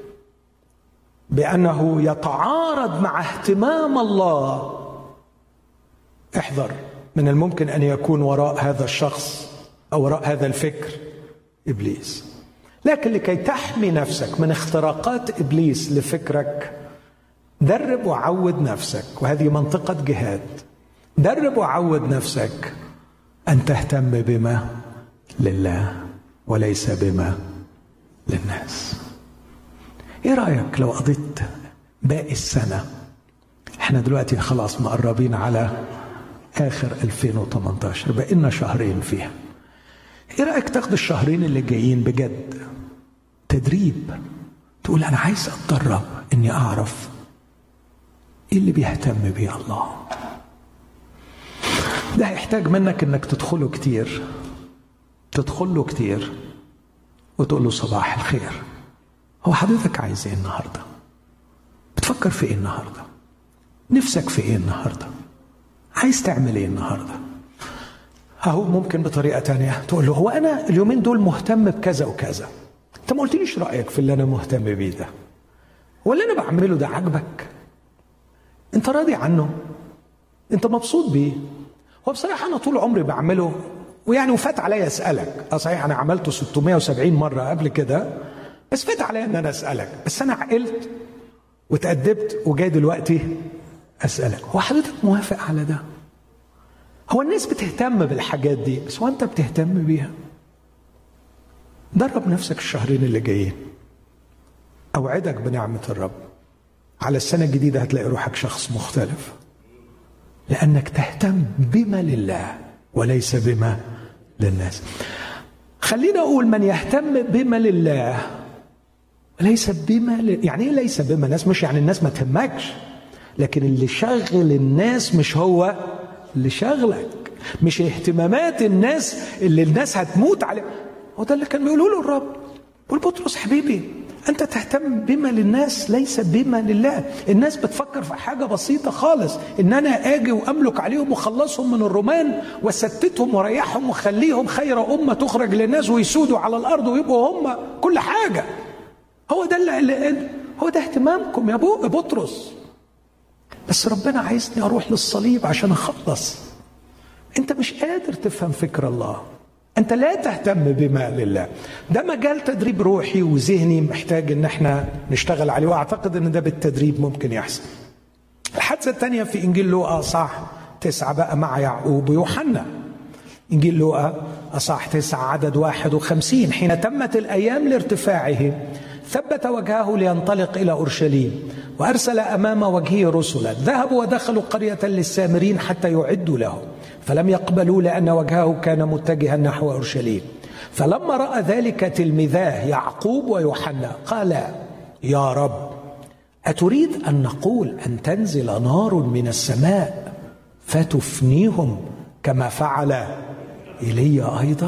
بأنه يتعارض مع اهتمام الله، احذر، من الممكن أن يكون وراء هذا الشخص أو وراء هذا الفكر إبليس. لكن لكي تحمي نفسك من اختراقات إبليس لفكرك، درب وعود نفسك، وهذه منطقة جهاد، درب وعود نفسك أن تهتم بما لله وليس بما للناس. ايه رأيك لو قضيت باقي السنة، احنا دلوقتي خلاص مقربين على آخر 2018، بقينا شهرين فيها، ايه رأيك تاخد الشهرين اللي جايين بجد تدريب، تقول أنا عايز أتدرب إني أعرف ايه اللي بيهتم بيه الله. ده هيحتاج منك إنك تدخله كتير وتقول له: صباح الخير، هو حضرتك عايز ايه النهارده؟ بتفكر في ايه النهارده؟ نفسك في ايه النهارده؟ عايز تعمل ايه النهارده؟ أهو ممكن بطريقة تانية تقول له هو أنا اليومين دول مهتم بكذا وكذا، أنت ما قلتليش رأيك في اللي أنا مهتم بيه ده، ولا أنا بعمله ده عاجبك؟ أنت راضي عنه؟ أنت مبسوط بيه؟ هو بصراحة أنا طول عمري بعمله ويعني وفات عليا أسألك. صحيح أنا عملته 670 مرة قبل كده، بس فات عليا أن أنا أسألك، بس أنا عقلت وتأدبت وجاي دلوقتي أسألك، هو حضرتك موافق على ده؟ هو الناس بتهتم بالحاجات دي، بس هو أنت بتهتم بيها؟ درب نفسك الشهرين اللي جايين، أوعدك بنعمة الرب على السنة الجديدة هتلاقي روحك شخص مختلف، لأنك تهتم بما لله وليس بما للناس. خلينا أقول من يهتم بما لله ليس بما يعني ايه ليس بما الناس؟ مش يعني الناس ما تهمكش، لكن اللي شغل الناس مش هو اللي شغلك، مش اهتمامات الناس اللي الناس هتموت عليه. هو ده اللي كان بيقوله له الرب. بقول بطرس حبيبي انت تهتم بما للناس ليس بما لله. الناس بتفكر في حاجة بسيطة خالص، ان انا اجي واملك عليهم وخلصهم من الرومان وستتهم وريحهم وخليهم خير امة تخرج للناس ويسودوا على الارض ويبقوا هم كل حاجة. هو ده اللي هو ده اهتمامكم يا بطرس. بس ربنا عايزني اروح للصليب عشان اخلص. انت مش قادر تفهم فكر الله، انت لا تهتم بما لله. ده مجال تدريب روحي وذهني محتاج ان احنا نشتغل عليه، واعتقد ان ده بالتدريب ممكن يحصل. الحادثة الثانية في انجيل لوقا اصحاح 9 بقى مع يعقوب ويوحنا. انجيل لوقا اصحاح 9 عدد 51. حين تمت الايام لارتفاعه ثبت وجهه لينطلق إلى أورشليم وأرسل أمام وجهه رسلا ذهبوا ودخلوا قرية للسامرين حتى يعدوا له، فلم يقبلوا لأن وجهه كان متجها نحو أورشليم. فلما رأى ذلك تلميذاه يعقوب ويوحنا قال يا رب أتريد أن نقول أن تنزل نار من السماء فتفنيهم كما فعل إيليا أيضا؟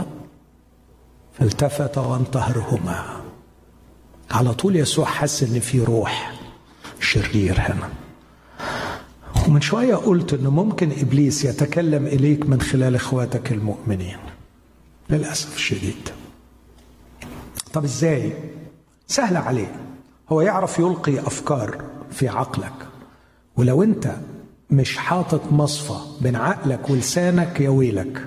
فالتفت وانتهرهما. على طول يسوع حس ان في روح شرير هنا. ومن شوية قلت انه ممكن ابليس يتكلم اليك من خلال اخواتك المؤمنين للأسف الشديد. طب ازاي؟ سهل عليه. هو يعرف يلقي افكار في عقلك، ولو انت مش حاطط مصفى بين عقلك ولسانك يا ويلك.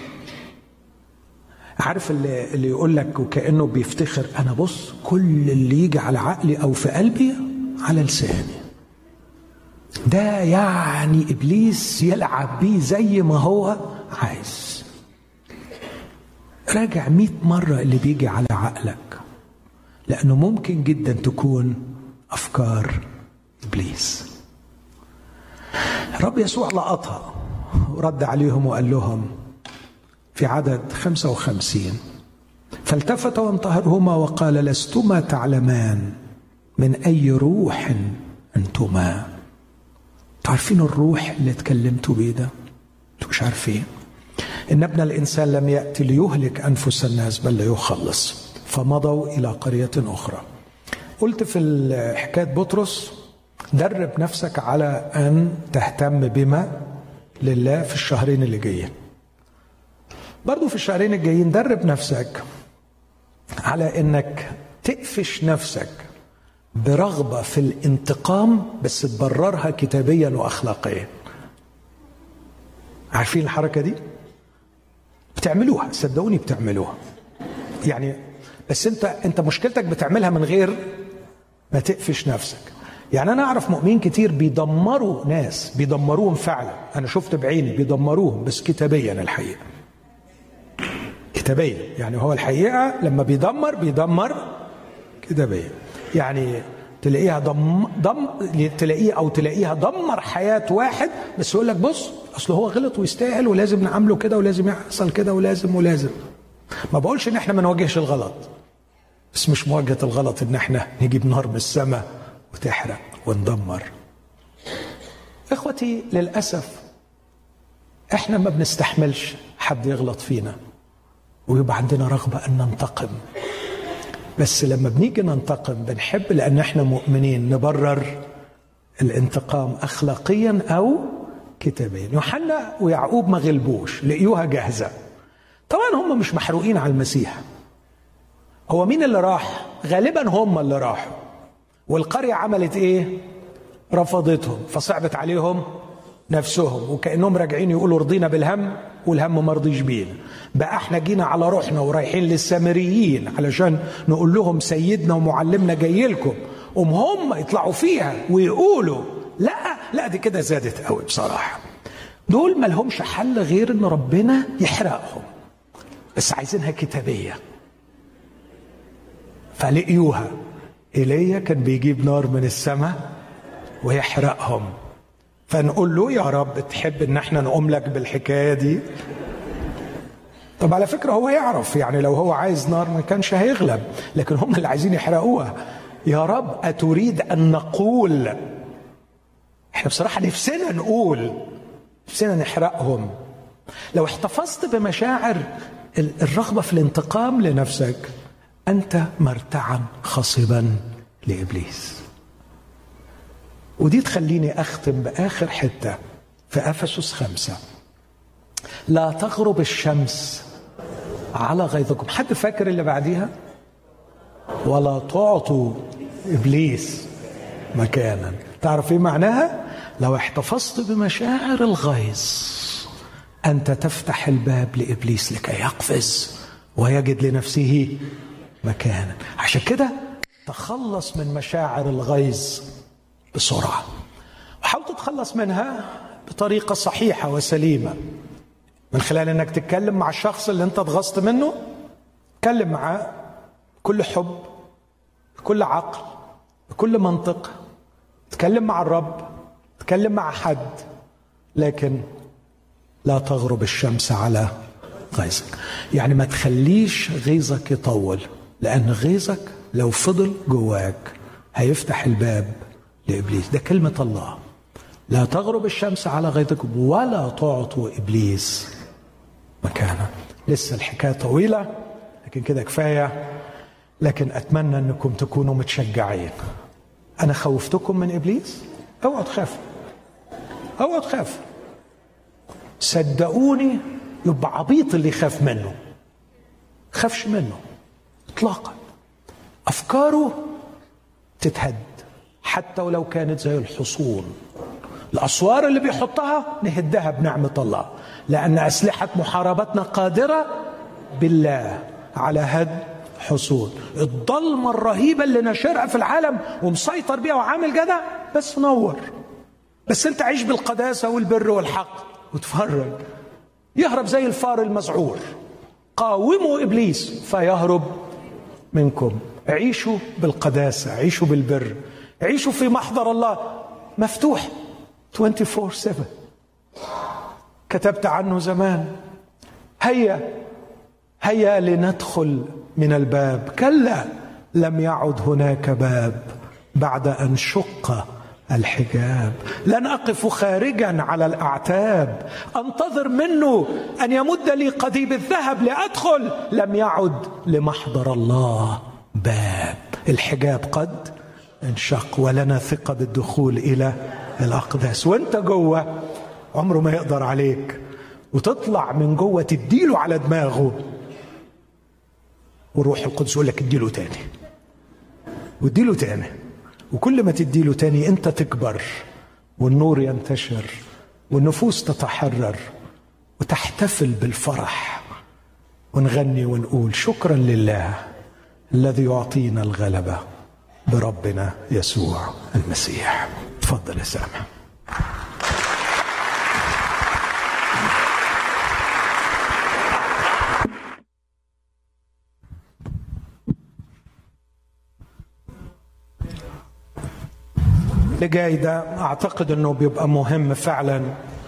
عارف اللي يقول لك وكأنه بيفتخر، أنا بص كل اللي يجي على عقلي أو في قلبي على لساني. ده يعني إبليس يلعب بيه زي ما هو عايز. راجع 100 مرة اللي بيجي على عقلك، لأنه ممكن جدا تكون أفكار إبليس. رب يسوع لقطها ورد عليهم وقال لهم في عدد 55 فالتفت وانتهرهما وقال لستما تعلمان من أي روح أنتما. تعرفين الروح اللي اتكلمتوا بيه ده؟ انتوا مش عارفين إن ابن الإنسان لم يأتي ليهلك أنفس الناس بل ليخلص. فمضوا إلى قرية أخرى. قلت في حكاية بطرس درب نفسك على أن تهتم بما لله في الشهرين اللي جايين. برضو في الشهرين الجايين درب نفسك على انك تقفش نفسك برغبة في الانتقام، بس تبررها كتابيا واخلاقيا. عارفين الحركة دي؟ بتعملوها، صدقوني بتعملوها يعني، بس انت مشكلتك بتعملها من غير ما تقفش نفسك. يعني انا اعرف مؤمنين كتير بيدمروا ناس، بيدمروهم فعلا، انا شفت بعيني بيدمروهم، بس كتابيا الحقيقة كتابيا. يعني هو الحقيقة لما بيدمر كتابيا. يعني تلاقيها تلاقيها دمر حياة واحد، بس يقول لك بص اصل هو غلط ويستاهل ولازم نعمله كده ولازم يحصل كده ولازم. ما بقولش ان احنا ما نواجهش الغلط، بس مش مواجهة الغلط ان احنا نجيب نار من السماء وتحرق وندمر. اخوتي للأسف احنا ما بنستحملش حد يغلط فينا ويبقى عندنا رغبة أن ننتقم. بس لما بنيجي ننتقم بنحب، لأن احنا مؤمنين، نبرر الانتقام أخلاقيا أو كتابيا. يوحنا ويعقوب ما غلبوش، لقيوها جاهزة. طبعا هم مش محروقين على المسيح. هو مين اللي راح؟ غالبا هم اللي راحوا، والقرية عملت ايه؟ رفضتهم، فصعبت عليهم نفسهم، وكأنهم راجعين يقولوا رضينا بالهم والهم ما رضيش بينا، بقى احنا جينا على روحنا ورايحين للسامريين علشان نقول لهم سيدنا ومعلمنا جاي لكم، هم يطلعوا فيها ويقولوا لا دي كده زادت قوي بصراحة. دول ما لهمش حل غير ان ربنا يحرقهم، بس عايزينها كتابية. فلقيوها، إيليا كان بيجيب نار من السماء ويحرقهم، فنقول له يا رب تحب ان احنا نقوم لك بالحكاية دي؟ طب على فكرة هو يعرف، يعني لو هو عايز نار ما كانش هيغلب، لكن هم اللي عايزين يحرقوها. يا رب أتريد أن نقول؟ احنا بصراحة نفسنا نقول، نفسنا نحرقهم. لو احتفظت بمشاعر الرغبة في الانتقام لنفسك، أنت مرتعا خصبا لإبليس. ودي تخليني أختم بآخر حتة في أفسس 5. لا تغرب الشمس على غيظكم. حد فاكر اللي بعديها؟ ولا تعطوا إبليس مكانا. تعرف إيه معناها؟ لو احتفظت بمشاعر الغيظ أنت تفتح الباب لإبليس لكي يقفز ويجد لنفسه مكانا. عشان كده تخلص من مشاعر الغيظ بسرعة، وحاول تتخلص منها بطريقة صحيحة وسليمة، من خلال انك تتكلم مع الشخص اللي انت اتغصت منه. تكلم معاه بكل حب، بكل عقل، بكل منطق. تكلم مع الرب، تكلم مع حد، لكن لا تغرب الشمس على غيظك. يعني ما تخليش غيظك يطول، لأن غيظك لو فضل جواك هيفتح الباب لإبليس. ده كلمة الله، لا تغرب الشمس على غيظكم ولا تعطوا إبليس مكانا. لسه الحكاية طويلة، لكن كده كفاية. لكن أتمنى أنكم تكونوا متشجعين. أنا خوفتكم من إبليس؟ اوعوا تخافوا، اوعوا تخافوا. صدقوني يبقى عبيط اللي يخاف منه. خافش منه اطلاقا. أفكاره تتهد حتى ولو كانت زي الحصون. الأسوار اللي بيحطها نهدها بنعمة الله، لأن أسلحة محاربتنا قادرة بالله على هد حصون. الضلمة الرهيبة اللي نشرها في العالم ومسيطر بيها وعامل جدع، بس نور، بس انت عيش بالقداسة والبر والحق وتفرج. يهرب زي الفار المذعور. قاوموا إبليس فيهرب منكم. عيشوا بالقداسة، عيشوا بالبر، عيشوا في محضر الله مفتوح 24/7. كتبت عنه زمان: هيا لندخل من الباب، كلا لم يعد هناك باب بعد أن شق الحجاب. لن أقف خارجا على الأعتاب أنتظر منه أن يمد لي قضيب الذهب لأدخل. لم يعد لمحضر الله باب. الحجاب قد انشق ولنا ثقة بالدخول إلى الأقداس. وانت جوه عمره ما يقدر عليك، وتطلع من جوه تديله على دماغه، والروح القدس يقول لك اديله تاني واديله تاني. وكل ما تديله تاني انت تكبر، والنور ينتشر، والنفوس تتحرر، وتحتفل بالفرح، ونغني ونقول شكرا لله الذي يعطينا الغلبة بربنا يسوع المسيح. تفضل يا سامح. اللي جاي ده أعتقد أنه بيبقى مهم فعلا.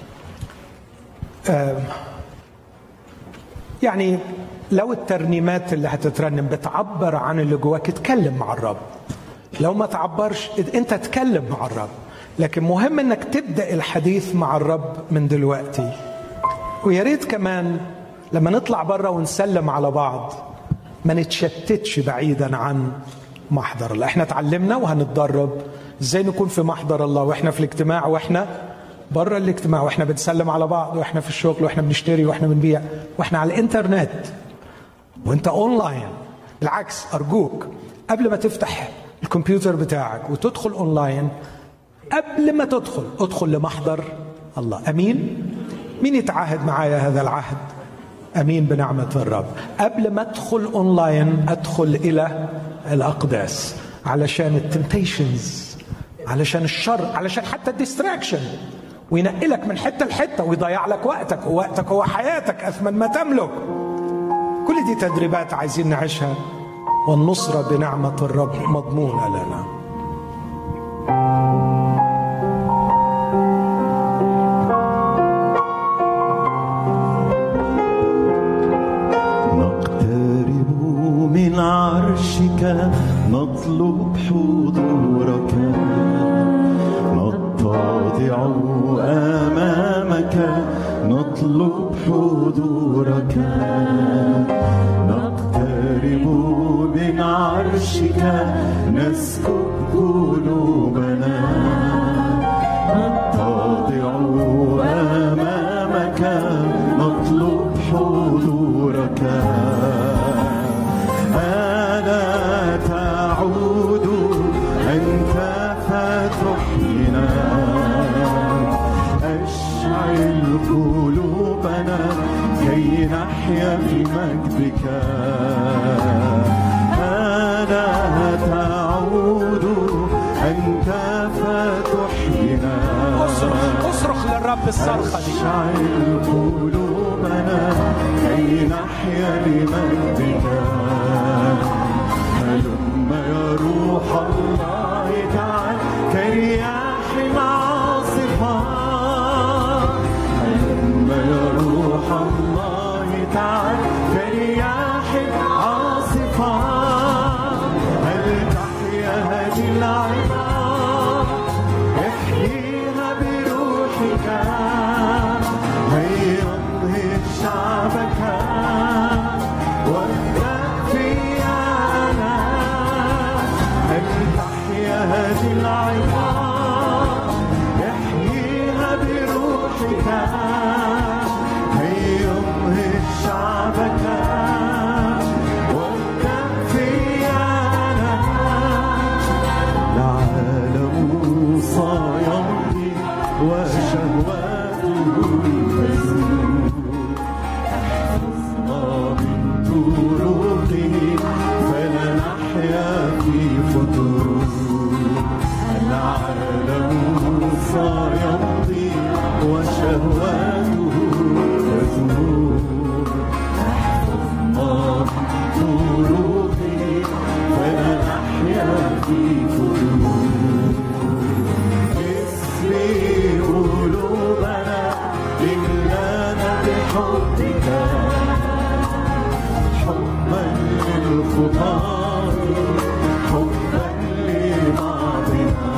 يعني لو الترنيمات اللي هتترنم بتعبر عن اللي جواك، اتكلم مع الرب. لو ما تعبرش انت اتكلم مع الرب، لكن مهم انك تبدأ الحديث مع الرب من دلوقتي. ويا ريت كمان لما نطلع بره ونسلم على بعض ما نتشتتش بعيدا عن محضر الله. احنا اتعلمنا وهنتدرب ازاي نكون في محضر الله واحنا في الاجتماع واحنا بره الاجتماع، واحنا بنسلم على بعض، واحنا في الشغل، واحنا بنشتري، واحنا بنبيع، واحنا على الانترنت، وانت اونلاين. بالعكس، ارجوك قبل ما تفتح الكمبيوتر بتاعك وتدخل اونلاين، قبل ما ادخل لمحضر الله. امين؟ مين يتعاهد معايا هذا العهد؟ امين بنعمة الرب. قبل ما ادخل اونلاين ادخل الى الاقداس، علشان التمتيشنز، علشان الشر، علشان حتى الديستراكشن، وينقلك من حتة لحتة ويضيع لك وقتك، ووقتك هو حياتك أثمن ما تملك. كل دي تدريبات عايزين نعيشها، والنصرة بنعمة الرب مضمونة لنا. نقترب من عرشك نطلب حضورك، نتضع أمامك نطلب حضورك، نقترب من عرشك نسكب قلوبنا، نتضع أمامك نطلب حضورك. ألا تعود أنت فتحينا، أشعل قلوبنا كي نحيا في مجدك. ألا تعود أنت فتحينا، اصرخ للرب الصرخة دي. أشعل قلوبنا كي نحيا لمجدك. هلم يا روح الله تعال كرياح عاصفة، هلم يا روح الله تعال كرياح عاصفة. هل تحيا هذه العظام، احييها بروحك، هيا انهض شعبك وابدأ فيا أنا. هل تحيا هذه العظام، احييها بروحك، هيا انهض شعبك وابدأ فيا أنا. العالم سيمضي وشهواته تزول، احفظنا من طرقه فلا نحيا في فتور. العالم سيمضي وشهواته تزول، احفظنا من طرقه فلا نحيا في فتور. اسري قلوبنا إننا بحبك، حبا للخطاة حبا لبعضنا.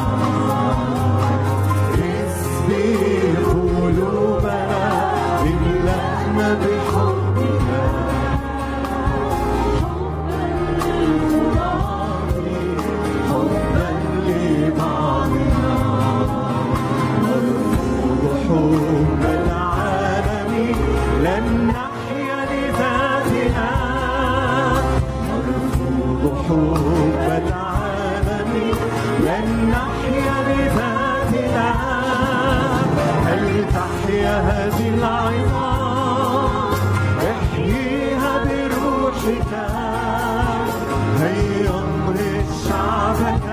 اسري قلوبنا إننا بحبك، حبا للخطاة حبا لبعضنا. حب العالم لن نحيا لذاتنا، نرفض حب العالم لن نحيا لذاتنا. هل تحيا هذه العظام، احييها بروحك، هيا انهض شعبك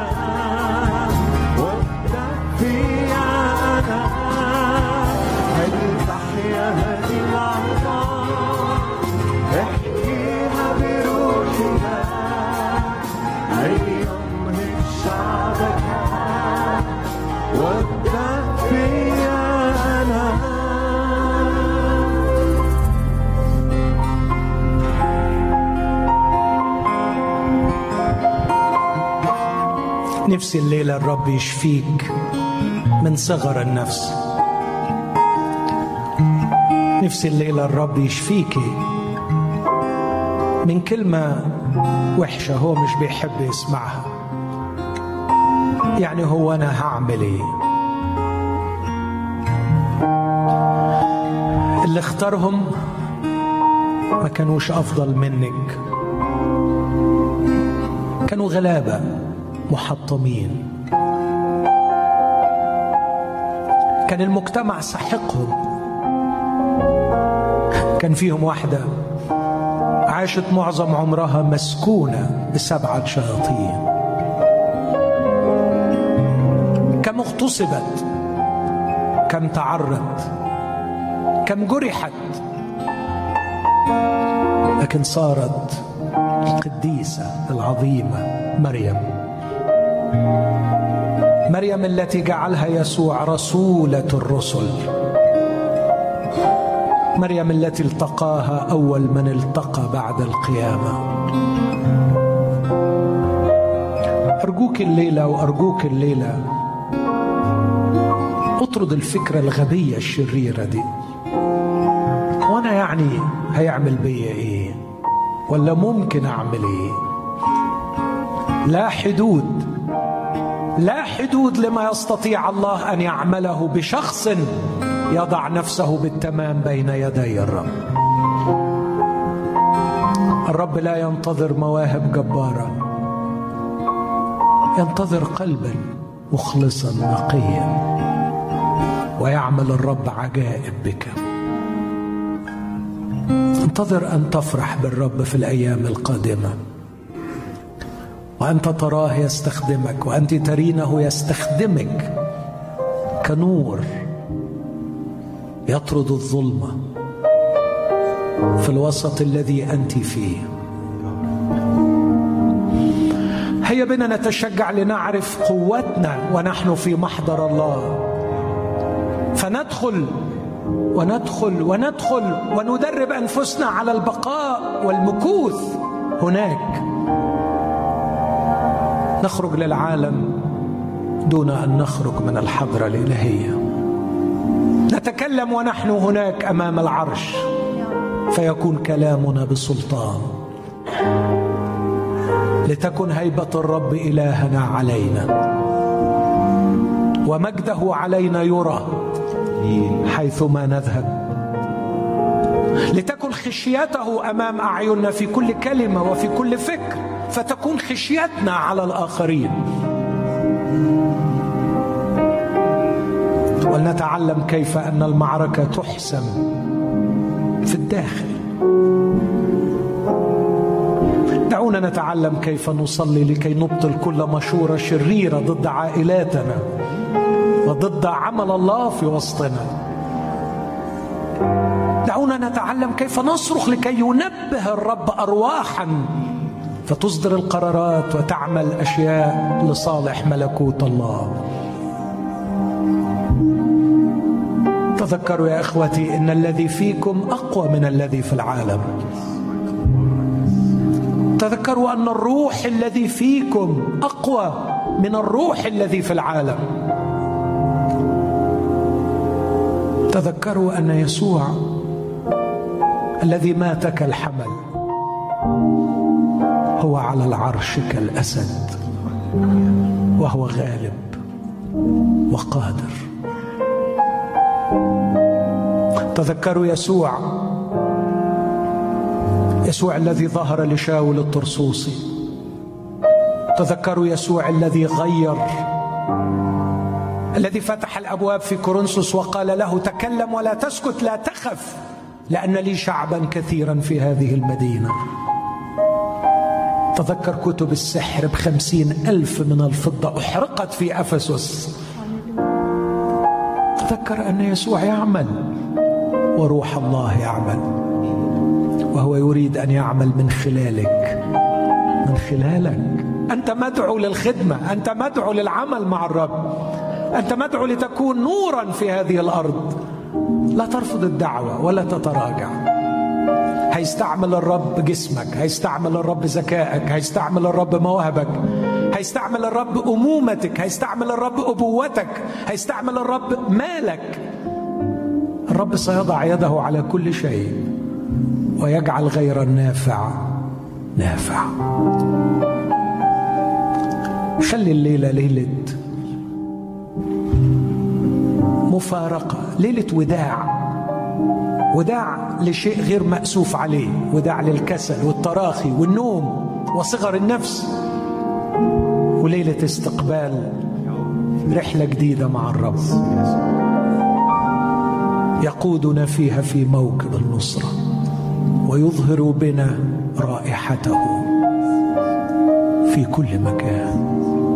وابدأ فيا أنا. هل تحيا هذه العظام، احكيها بروحك، هيا انهض شعبك وابدأ فيا أنا. نفسي الليلة الرب يشفيك من صغر النفس. نفسي الليلة الرب يشفيكي من كلمة وحشة هو مش بيحب يسمعها. يعني هو أنا هعمل إيه؟ اللي اختارهم ما كانوش أفضل منك، كانوا غلابة محطمين، كان المجتمع سحقهم. كان فيهم واحدة عاشت معظم عمرها مسكونة ب7 شياطين، كم اغتصبت، كم تعرت، كم جرحت، لكن صارت القديسة العظيمة مريم التي جعلها يسوع رسولة الرسل، مريم التي التقاها أول من التقى بعد القيامة. أرجوك الليلة وأرجوك الليلة اطرد الفكرة الغبية الشريرة دي. وانا يعني هيعمل بيا ايه؟ ولا ممكن اعمل ايه؟ لا حدود لما يستطيع الله ان يعمله بشخص يضع نفسه بالتمام بين يدي الرب. الرب لا ينتظر مواهب جبارة، ينتظر قلبا مخلصا نقيا، ويعمل الرب عجائب بك. انتظر أن تفرح بالرب في الأيام القادمة، وأنت تراه يستخدمك، وأنت ترينه يستخدمك كنور يطرد الظلمة في الوسط الذي أنت فيه. هيا بنا نتشجع لنعرف قوتنا ونحن في محضر الله، فندخل وندرب أنفسنا على البقاء والمكوث هناك. نخرج للعالم دون أن نخرج من الحضرة الإلهية. نتكلم ونحن هناك أمام العرش، فيكون كلامنا بسلطان، لتكن هيبة الرب إلهنا علينا، ومجده علينا يرى حيثما نذهب، لتكن خشيته أمام أعيننا في كل كلمة وفي كل فكر، فتكون خشيتنا على الآخرين. ولنتعلم كيف أن المعركة تحسم في الداخل. دعونا نتعلم كيف نصلي لكي نبطل كل مشورة شريرة ضد عائلاتنا وضد عمل الله في وسطنا. دعونا نتعلم كيف نصرخ لكي ينبه الرب أرواحا فتصدر القرارات وتعمل أشياء لصالح ملكوت الله. تذكروا يا إخوتي إن الذي فيكم أقوى من الذي في العالم. تذكروا أن الروح الذي فيكم أقوى من الروح الذي في العالم. تذكروا أن يسوع الذي مات كالحمل هو على العرش كالأسد، وهو غالب وقادر. تذكروا يسوع الذي ظهر لشاول الطرسوسي. تذكروا يسوع الذي غير، الذي فتح الأبواب في كورنثوس وقال له تكلم ولا تسكت، لا تخف، لأن لي شعبا كثيرا في هذه المدينة. تذكر كتب السحر ب50,000 من الفضة أحرقت في أفسس. تذكر أن يسوع يعمل وروح الله يعمل، وهو يريد أن يعمل من خلالك، من خلالك. أنت مدعو للخدمة، أنت مدعو للعمل مع الرب، أنت مدعو لتكون نورا في هذه الأرض. لا ترفض الدعوة ولا تتراجع. هيستعمل الرب جسمك، هيستعمل الرب ذكائك، هيستعمل الرب مواهبك، هيستعمل الرب أمومتك، هيستعمل الرب أبوتك، هيستعمل الرب مالك. الرب سيضع يده على كل شيء ويجعل غير النافع نافع. خلي الليلة ليلة مفارقة، ليلة وداع. وداع لشيء غير مأسوف عليه، وداع للكسل والتراخي والنوم وصغر النفس، وليلة استقبال رحلة جديدة مع الرب يقودنا فيها في موكب النصرة ويظهر بنا رائحته في كل مكان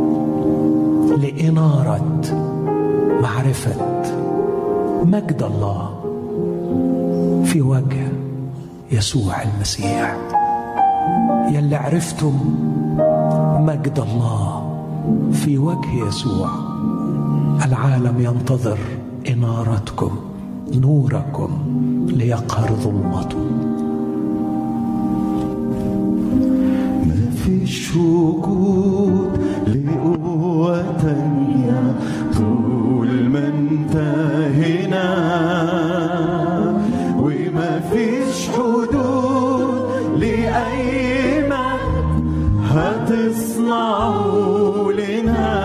لإنارة معرفة مجد الله في وجه يسوع المسيح. يلي عرفتم مجد الله في وجه يسوع، العالم ينتظر إنارتكم، نوركم ليقهر ظلمته. ما فيش وجود لقوة تانية طول ما انت هنا، وما فيش حدود لأي مجد هتصنعه لنا.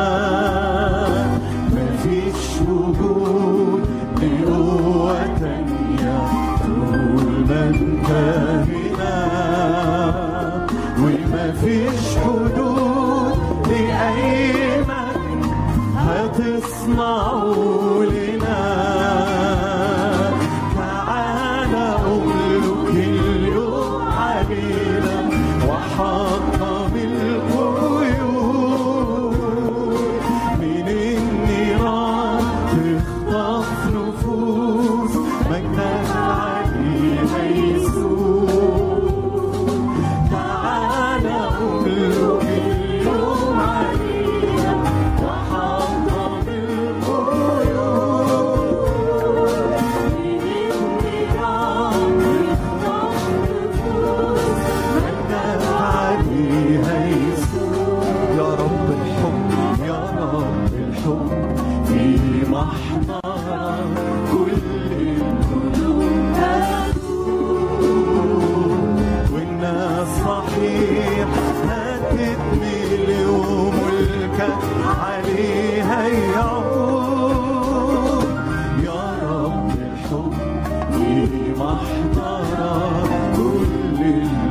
ما فيش وجود لقوة تانية طول ما انت هنا، وما فيش حدود لأي مجد هتصنعه لنا. تعالى أملك اليوم علينا وحطم القيود، من النيران تخطف نفوس مجدك عليها يسوع. تعالى أملك اليوم علينا وحطم القيود، من النيران تخطف نفوس مجدك عليها يسوع. يا رب الحب، يا رب الحب في محضرك كل القلوب تدور، والناس صحيح هتتملي وملكك عليها يعود. يا رب الحب في محضرك كل